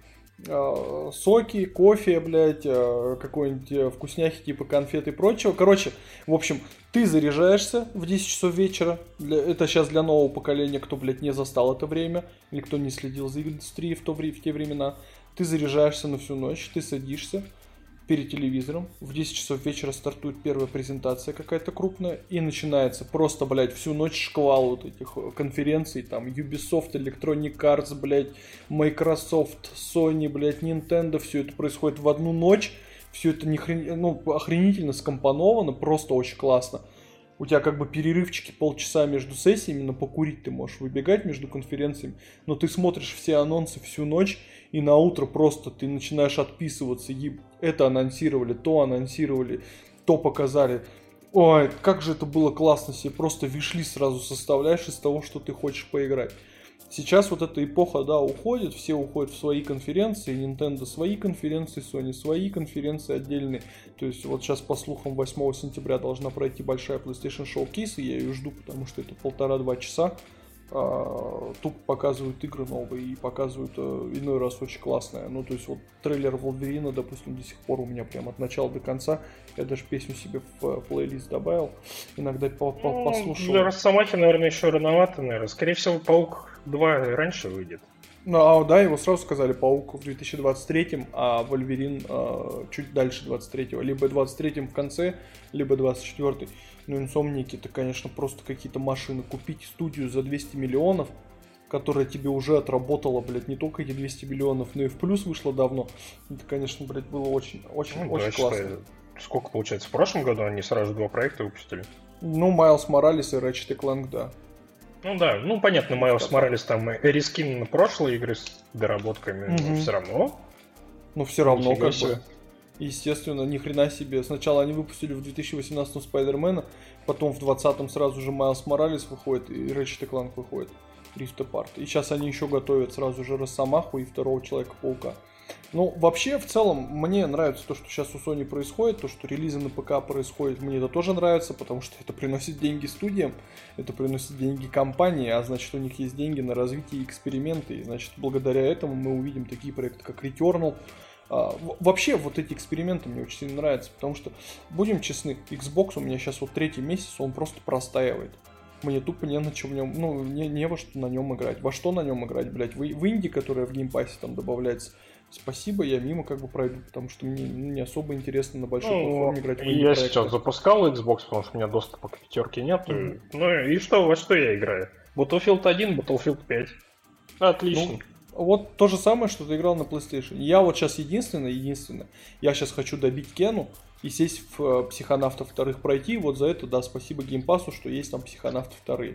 А, соки, кофе, блядь, а, какой-нибудь вкусняхи типа конфет и прочего. Короче, в общем, ты заряжаешься в десять часов вечера. Для, это сейчас для нового поколения, кто, блядь, не застал это время, или кто не следил за индустрией в, то, в те времена. Ты заряжаешься на всю ночь, ты садишься перед телевизором, в десять часов вечера стартует первая презентация какая-то крупная, и начинается просто, блядь, всю ночь шквал вот этих конференций, там, Ubisoft, Electronic Arts, блядь, Microsoft, Sony, блядь, Nintendo, все это происходит в одну ночь, все это не хрен... ну, охренительно скомпоновано, просто очень классно. У тебя как бы перерывчики полчаса между сессиями, но покурить ты можешь выбегать между конференциями, но ты смотришь все анонсы всю ночь, и на утро просто ты начинаешь отписываться, это анонсировали, то анонсировали, то показали. Ой, как же это было классно, себе просто виш-лист сразу составляешь из того, что ты хочешь поиграть. Сейчас вот эта эпоха, да, уходит, все уходят в свои конференции, Nintendo свои конференции, Sony свои конференции отдельные. То есть вот сейчас, по слухам, восьмого сентября должна пройти большая PlayStation Showcase, и я ее жду, потому что это полтора-два часа. А, тупо показывают игры новые и показывают а, иной раз очень классное. Ну, то есть вот трейлер Wolverine, допустим, до сих пор у меня прям от начала до конца. Я даже песню себе в плейлист добавил. Иногда по -по ну, послушал. Для Росомахи, наверное, еще рановато, наверное. Скорее всего, Паук два раньше выйдет. Ну, а, да, его сразу сказали, Паук в две тысячи двадцать третьем, а Вольверин а, чуть дальше двадцать третьего. Либо двадцать третьем в конце, либо двадцать четвёртый. Ну, инсомники, это, конечно, просто какие-то машины. Купить студию за двести миллионов, которая тебе уже отработала, блядь, не только эти двести миллионов, но и в плюс вышла давно. Это, конечно, блядь, было очень, очень, ну, очень да, классно. Считай, сколько, получается, в прошлом году они сразу два проекта выпустили? Ну, Майлз Моралес и Ratchet и Clank, да. Ну да, ну понятно, Майлз Моралес там рескин на прошлые игры с доработками, угу. Но все равно. Ну все равно, как бы. Естественно, ни хрена себе. Сначала они выпустили в две тысячи восемнадцатом Спайдермена, потом в двадцатом сразу же Майлз Моралес выходит и Ratchet и Clank выходит. Rift Apart. И сейчас они еще готовят сразу же Росомаху и второго Человека-паука. Ну, вообще, в целом, мне нравится то, что сейчас у Sony происходит, то, что релизы на ПК происходят, мне это тоже нравится, потому что это приносит деньги студиям, это приносит деньги компании, а значит, у них есть деньги на развитие и эксперименты, и значит, благодаря этому мы увидим такие проекты, как Returnal. А, вообще, вот эти эксперименты мне очень сильно нравятся, потому что, будем честны, Xbox у меня сейчас вот третий месяц, он просто простаивает. Мне тупо не на чем в нем, ну, не, не во что на нем играть. Во что на нем играть, блядь? В, в инди, которая в геймпассе там добавляется, спасибо, я мимо как бы пройду, потому что мне не особо интересно на большой ну, платформе играть в инди. Я сейчас запускал Xbox, потому что у меня доступа к пятерке нет. Mm-hmm. Ну и что, во что я играю? Battlefield один, Battlefield пять. Отлично. Ну, вот то же самое, что ты играл на PlayStation. Я вот сейчас единственное, единственное, я сейчас хочу добить Кену и сесть в э, Психонавтов вторых пройти. Вот за это, да, спасибо геймпасу, что есть там Психонавты вторые.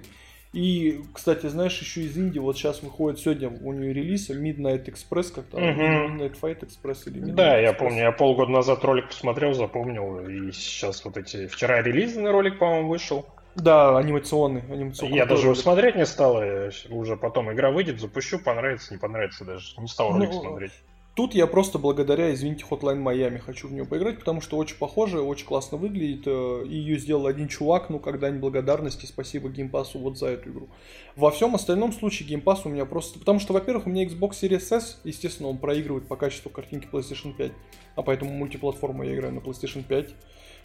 И, кстати, знаешь, еще из Индии, вот сейчас выходит сегодня у нее релиз Midnight Express, как-то, uh-huh. Midnight Fight Express или Midnight Да, Express. Я помню, я полгода назад ролик посмотрел, запомнил, и сейчас вот эти, вчера релизный ролик, по-моему, вышел. Да, анимационный. анимационный я даже его смотреть не стал, я уже потом игра выйдет, запущу, понравится, не понравится даже, не стал ролик ну, смотреть. Тут я просто благодаря, извините, Hotline Miami хочу в нее поиграть, потому что очень похоже, очень классно выглядит. Ее сделал один чувак, ну, когда не благодарности, спасибо геймпасу вот за эту игру. Во всем остальном случае геймпас у меня просто... Потому что, во-первых, у меня Xbox Series S, естественно, он проигрывает по качеству картинки PlayStation пять, а поэтому мультиплатформа я играю на PlayStation пять.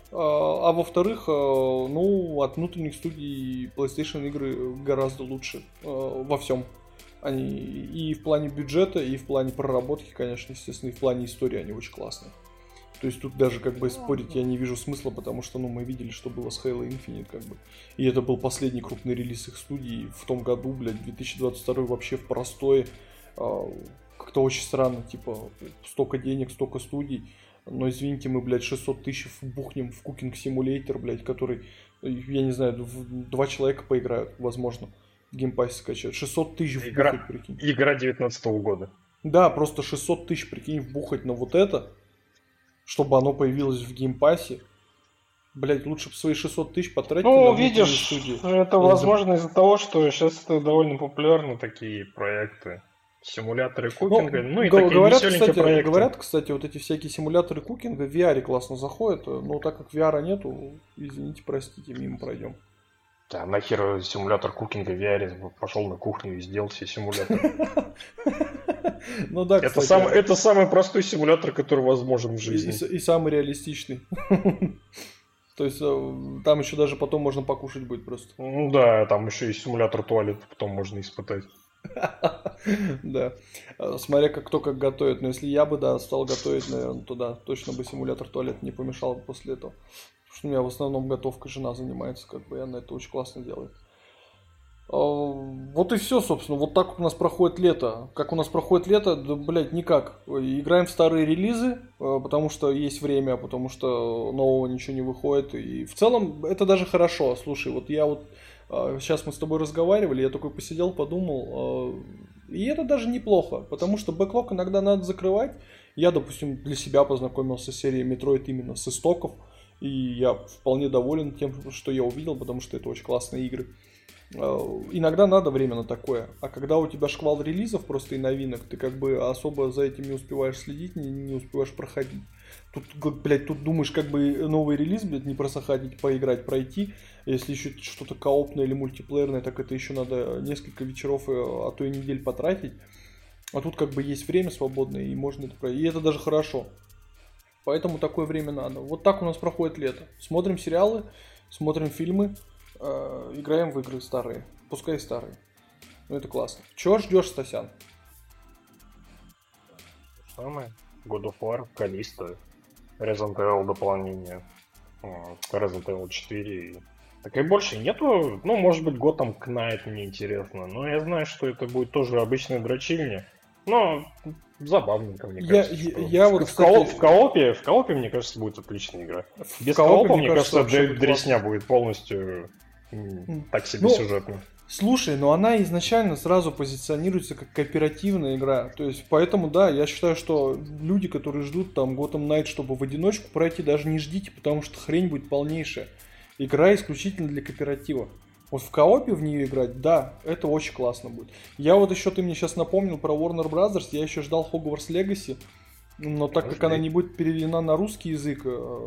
А во-вторых, ну, от внутренних студий PlayStation игры гораздо лучше во всем. Они и в плане бюджета, и в плане проработки, конечно, естественно, и в плане истории они очень классные. То есть тут даже как бы спорить я не вижу смысла, потому что, ну, мы видели, что было с Halo Infinite, как бы. И это был последний крупный релиз их студии в том году, блядь, две тысячи двадцать второй вообще в простое. Как-то очень странно, типа, столько денег, столько студий. Но, извините, мы, блядь, шестьсот тысяч бухнем в Cooking Simulator, блядь, который, я не знаю, два человека поиграют, возможно, в геймпассе скачают. шестьсот тысяч Игра... вбухать, прикинь. Игра девятнадцатого года. Да, просто шестьсот тысяч, прикинь, вбухать на вот это, чтобы оно появилось в геймпассе. Блять, лучше бы свои шестьсот тысяч потратить ну, на видишь, студии. Это возможно из-за того, что сейчас это довольно популярны такие проекты. Симуляторы кукинга, ну, ну и такие говорят, веселенькие кстати, проекты. Говорят, кстати, вот эти всякие симуляторы кукинга в ви ар классно заходят, но так как ви ар нету, извините, простите, мимо пройдем. Да, нахер симулятор кукинга в ви ар, пошел на кухню и сделал себе симулятор. Ну да, это, сам, это самый простой симулятор, который возможен в жизни. И, и самый реалистичный. То есть там еще даже потом можно покушать будет просто. Ну да, там еще и симулятор туалета потом можно испытать. Да. Смотря как кто как готовит. Но если я бы, да, стал готовить, наверное, то да, точно бы симулятор туалета не помешал бы после этого. Потому что у меня в основном готовкой жена занимается, как бы, и она это очень классно делает. Вот и все, собственно. Вот так вот у нас проходит лето. Как у нас проходит лето? Да, блядь, никак. Играем в старые релизы, потому что есть время, потому что нового ничего не выходит. И в целом это даже хорошо. Слушай, вот я вот... Сейчас мы с тобой разговаривали, я такой посидел, подумал. И это даже неплохо, потому что бэклог иногда надо закрывать. Я, допустим, для себя познакомился с серией Metroid именно с истоков. И я вполне доволен тем, что я увидел, потому что это очень классные игры. Иногда надо время на такое. А когда у тебя шквал релизов просто и новинок, ты как бы особо за этим не успеваешь следить, не, не успеваешь проходить. Тут, блядь, тут думаешь, как бы новый релиз, блядь, не просохатить, поиграть, пройти. Если еще что-то коопное или мультиплеерное, так это еще надо несколько вечеров, а то и недель потратить. А тут как бы есть время свободное, и можно это пройти. И это даже хорошо. Поэтому такое время надо. Вот так у нас проходит лето. Смотрим сериалы, смотрим фильмы. Играем в игры старые, пускай старые. Ну это классно. Чего ждешь, Стасян? Самое. God of War, Callisto, Resident Evil дополнение, Resident Evil четыре. Так и больше нету. Ну, может быть, Gotham Knight мне интересно. Но я знаю, что это будет тоже обычная дрочильня. Но забавненько, мне я, кажется. Я, я в, вот, в, кстати... кооп, в, коопе, в коопе, мне кажется, будет отличная игра. В Без коопе, коопа, мне кажется, кажется дресня будет полностью так себе ну, сюжетно. Слушай, но она изначально сразу позиционируется как кооперативная игра. То есть, поэтому, да, я считаю, что люди, которые ждут там Gotham Knight, чтобы в одиночку пройти, даже не ждите, потому что хрень будет полнейшая. Игра исключительно для кооператива. Вот в коопе в нее играть, да, это очень классно будет. Я вот еще, ты мне сейчас напомнил про Warner Brothers, я еще ждал Hogwarts Legacy, но так Может, как она не будет переведена на русский язык,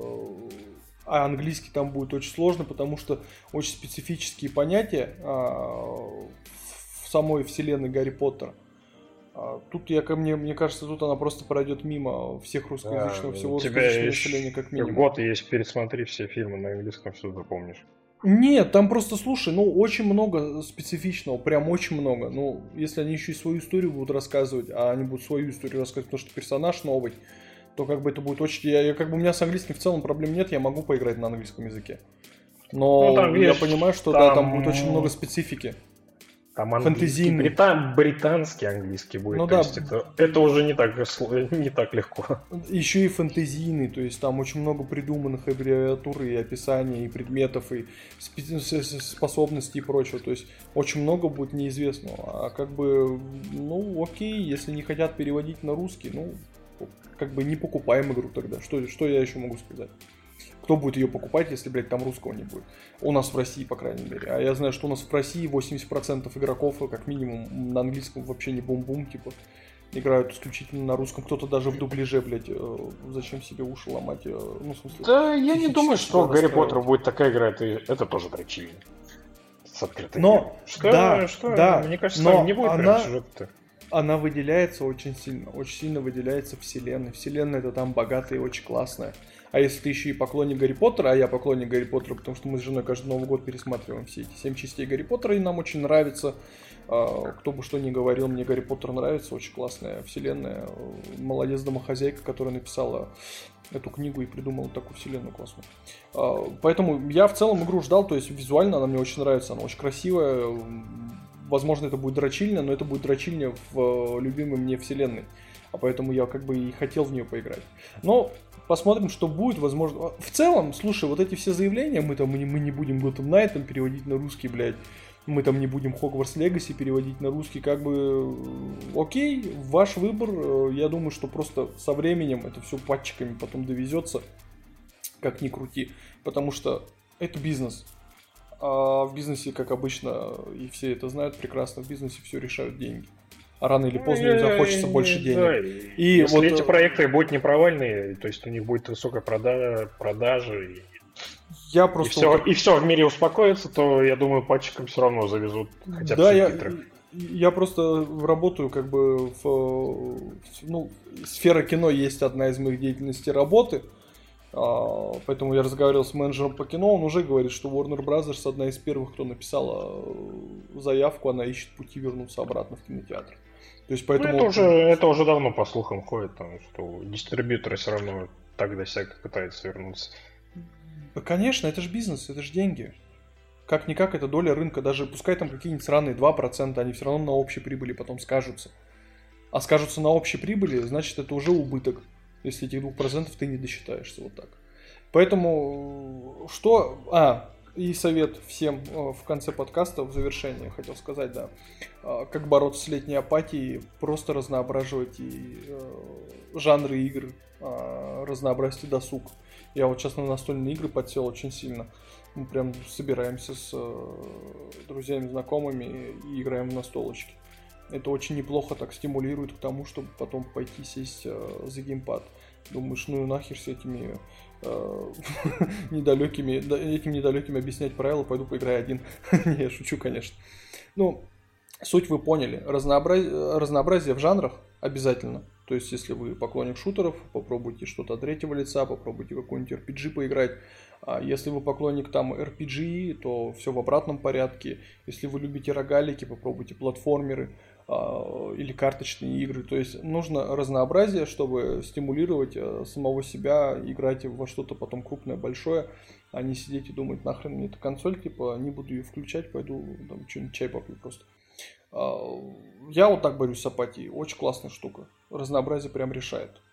а английский там будет очень сложно, потому что очень специфические понятия в самой вселенной Гарри Поттера. Тут я ко мне, мне кажется, тут она просто пройдет мимо всех русскоязычного, а, всего русскоязычного населения как минимум. Год есть, пересмотри все фильмы на английском, все запомнишь. Нет, там просто, слушай, ну, очень много специфичного, прям очень много. Ну, если они еще и свою историю будут рассказывать, а они будут свою историю рассказывать, потому что персонаж новый, то как бы это будет очень... Я, я, как бы у меня с английским в целом проблем нет, я могу поиграть на английском языке. Но ну, там, видишь, я понимаю, что там... Да, там будет очень много специфики. Там английский, британ, британский английский будет, ну, то да. есть это, это уже не так, не так легко. Еще и фэнтезийный, то есть там очень много придуманных аббревиатур и описаний, и предметов, и способностей и прочего, то есть очень много будет неизвестного, а как бы, ну окей, если не хотят переводить на русский, ну как бы не покупаем игру тогда, что, что я еще могу сказать? Кто будет ее покупать, если, блядь, там русского не будет? У нас в России, по крайней мере. А я знаю, что у нас в России восемьдесят процентов игроков, как минимум, на английском вообще не бум-бум, типа, играют исключительно на русском. Кто-то даже в дубляже, блядь, зачем себе уши ломать? Ну, в смысле, да, я не думаю, что Гарри Поттер будет такая игра, это, это тоже дрочильня. С открытой Но, что, да, что? да, мне кажется, но не будет она... прям сюжета-то. Она выделяется очень сильно, очень сильно выделяется вселенной. Вселенная это там богатая и очень классная. А если ты еще и поклонник Гарри Поттера, а я поклонник Гарри Поттера, потому что мы с женой каждый Новый год пересматриваем все эти семь частей Гарри Поттера, и нам очень нравится. Кто бы что ни говорил, мне Гарри Поттер нравится, очень классная вселенная. Молодец домохозяйка, которая написала эту книгу и придумала такую вселенную классную. Поэтому я в целом игру ждал, то есть визуально она мне очень нравится, она очень красивая. Возможно, это будет дрочильня, но это будет дрочильня в любимой мне вселенной. А поэтому я как бы и хотел в нее поиграть. Но посмотрим, что будет, возможно. В целом, слушай, вот эти все заявления, мы там мы не будем Gotham Knight переводить на русский, блядь. Мы там не будем Hogwarts Legacy переводить на русский, как бы, окей, ваш выбор. Я думаю, что просто со временем это все патчиками потом довезется, как ни крути, потому что это бизнес. А в бизнесе, как обычно, и все это знают прекрасно, в бизнесе все решают деньги. А рано или поздно им захочется больше денег. Да. И если вот эти проекты будут не провальные, то есть у них будет высокая продажа, продажи, и... Я просто и, все, вот... и все в мире успокоится, то, я думаю, патчикам все равно завезут хотя бы да, я, субтитры. Я просто работаю как бы в... Ну, сфера кино есть одна из моих деятельностей работы, поэтому я разговаривал с менеджером по кино, он уже говорит, что Warner Brothers одна из первых, кто написала заявку, она ищет пути вернуться обратно в кинотеатр. То есть поэтому... Ну, это, уже, это уже давно по слухам ходит, там, что дистрибьюторы все равно так да сяк пытаются вернуться. Да, конечно, это же бизнес, это же деньги. Как-никак это доля рынка, даже пускай там какие-нибудь сраные два процента, они все равно на общей прибыли потом скажутся. А скажутся на общей прибыли, значит это уже убыток, если этих двух процентов ты не досчитаешься вот так. Поэтому, что... А, и совет всем в конце подкаста, в завершении, хотел сказать, да, как бороться с летней апатией, просто разноображивать и жанры игр, разнообразить досуг. Я вот сейчас на настольные игры подсел очень сильно. Мы прям собираемся с друзьями, знакомыми и играем в настолочки. Это очень неплохо так стимулирует к тому, чтобы потом пойти сесть за геймпад. Думаешь, ну и нахер с этими э, недалекими, этим недалеким объяснять правила, пойду поиграю один. Не, я шучу, конечно. Ну, суть вы поняли. Разнообразие, разнообразие в жанрах обязательно. То есть, если вы поклонник шутеров, попробуйте что-то от третьего лица, попробуйте какой-нибудь эр пи джи поиграть. А если вы поклонник там эр пи джи, то все в обратном порядке. Если вы любите рогалики, попробуйте платформеры а, или карточные игры. То есть, нужно разнообразие, чтобы стимулировать а, самого себя, играть во что-то потом крупное, большое, а не сидеть и думать, нахрен мне эта консоль, типа, не буду ее включать, пойду там что-нибудь чай попью просто. Я вот так борюсь с апатией. Очень классная штука. Разнообразие прям решает.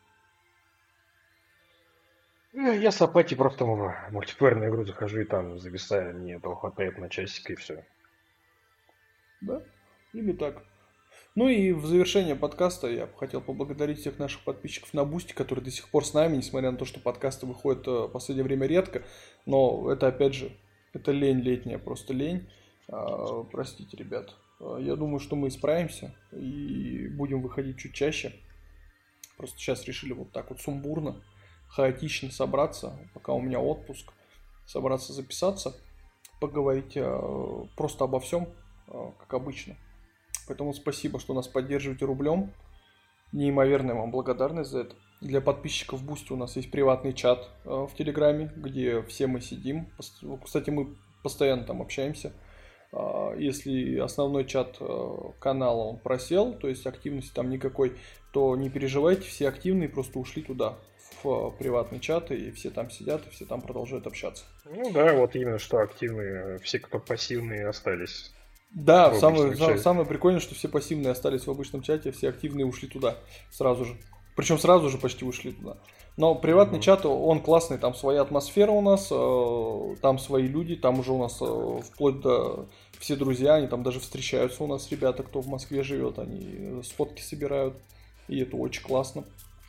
Я с апатией просто в мультиплеерную игру захожу и там зависаю. Мне этого хватает на часик и все. Да, или так. Ну и в завершение подкаста я бы хотел поблагодарить всех наших подписчиков на Бусти, которые до сих пор с нами, несмотря на то, что подкасты выходят в последнее время редко. Но это опять же, это лень летняя, просто лень. А, простите, ребят. Я думаю, что мы справимся и будем выходить чуть чаще. Просто сейчас решили вот так вот сумбурно, хаотично собраться, пока у меня отпуск, собраться записаться, поговорить э, просто обо всем, э, как обычно. Поэтому спасибо, что нас поддерживаете рублем. Неимоверная вам благодарность за это. Для подписчиков Бусти у нас есть приватный чат э, в Телеграме, где все мы сидим. Кстати, мы постоянно там общаемся. Если основной чат канала он просел, то есть активности там никакой, то не переживайте, все активные просто ушли туда, в приватный чат, и все там сидят, и все там продолжают общаться. Ну да, вот именно что активные, все, кто пассивные, остались. Да, самое, самое прикольное, что все пассивные остались в обычном чате, все активные ушли туда сразу же. Причем сразу же почти ушли туда. Но приватный mm-hmm. чат, он классный, там своя атмосфера у нас, там свои люди, там уже у нас вплоть до все друзья, они там даже встречаются у нас, ребята, кто в Москве живет, они сфотки собирают, и это очень классно.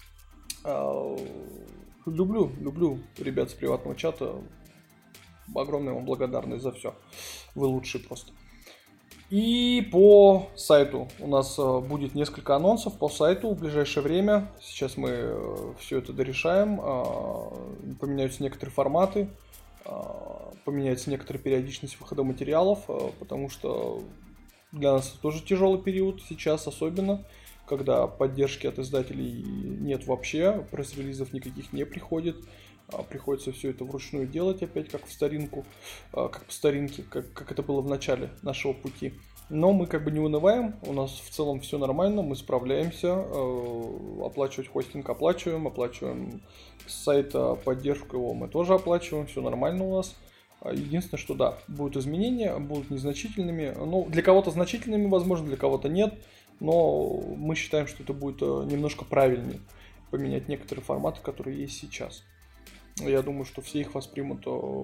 Люблю, люблю ребят с приватного чата, огромная вам благодарность за все, вы лучшие просто. И по сайту у нас будет несколько анонсов по сайту в ближайшее время. Сейчас мы все это дорешаем. Поменяются некоторые форматы, поменяется некоторая периодичность выхода материалов, потому что для нас это тоже тяжелый период сейчас, особенно, когда поддержки от издателей нет вообще, пресс-релизов никаких не приходит. Приходится все это вручную делать опять, как в старинку, как по старинке, как, как это было в начале нашего пути. Но мы как бы не унываем, у нас в целом все нормально, мы справляемся, оплачивать хостинг оплачиваем, оплачиваем с сайта поддержку его мы тоже оплачиваем, все нормально у нас. Единственное, что да, будут изменения, будут незначительными, ну для кого-то значительными, возможно, для кого-то нет, но мы считаем, что это будет немножко правильнее, поменять некоторые форматы, которые есть сейчас. Я думаю, что все их воспримут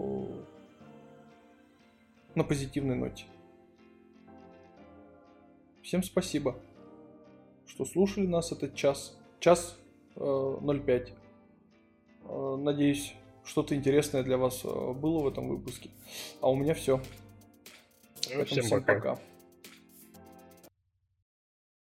на позитивной ноте. Всем спасибо, что слушали нас этот час. Час э, ноль пять. Э, надеюсь, что-то интересное для вас было в этом выпуске. А у меня все. Всем, всем пока. пока.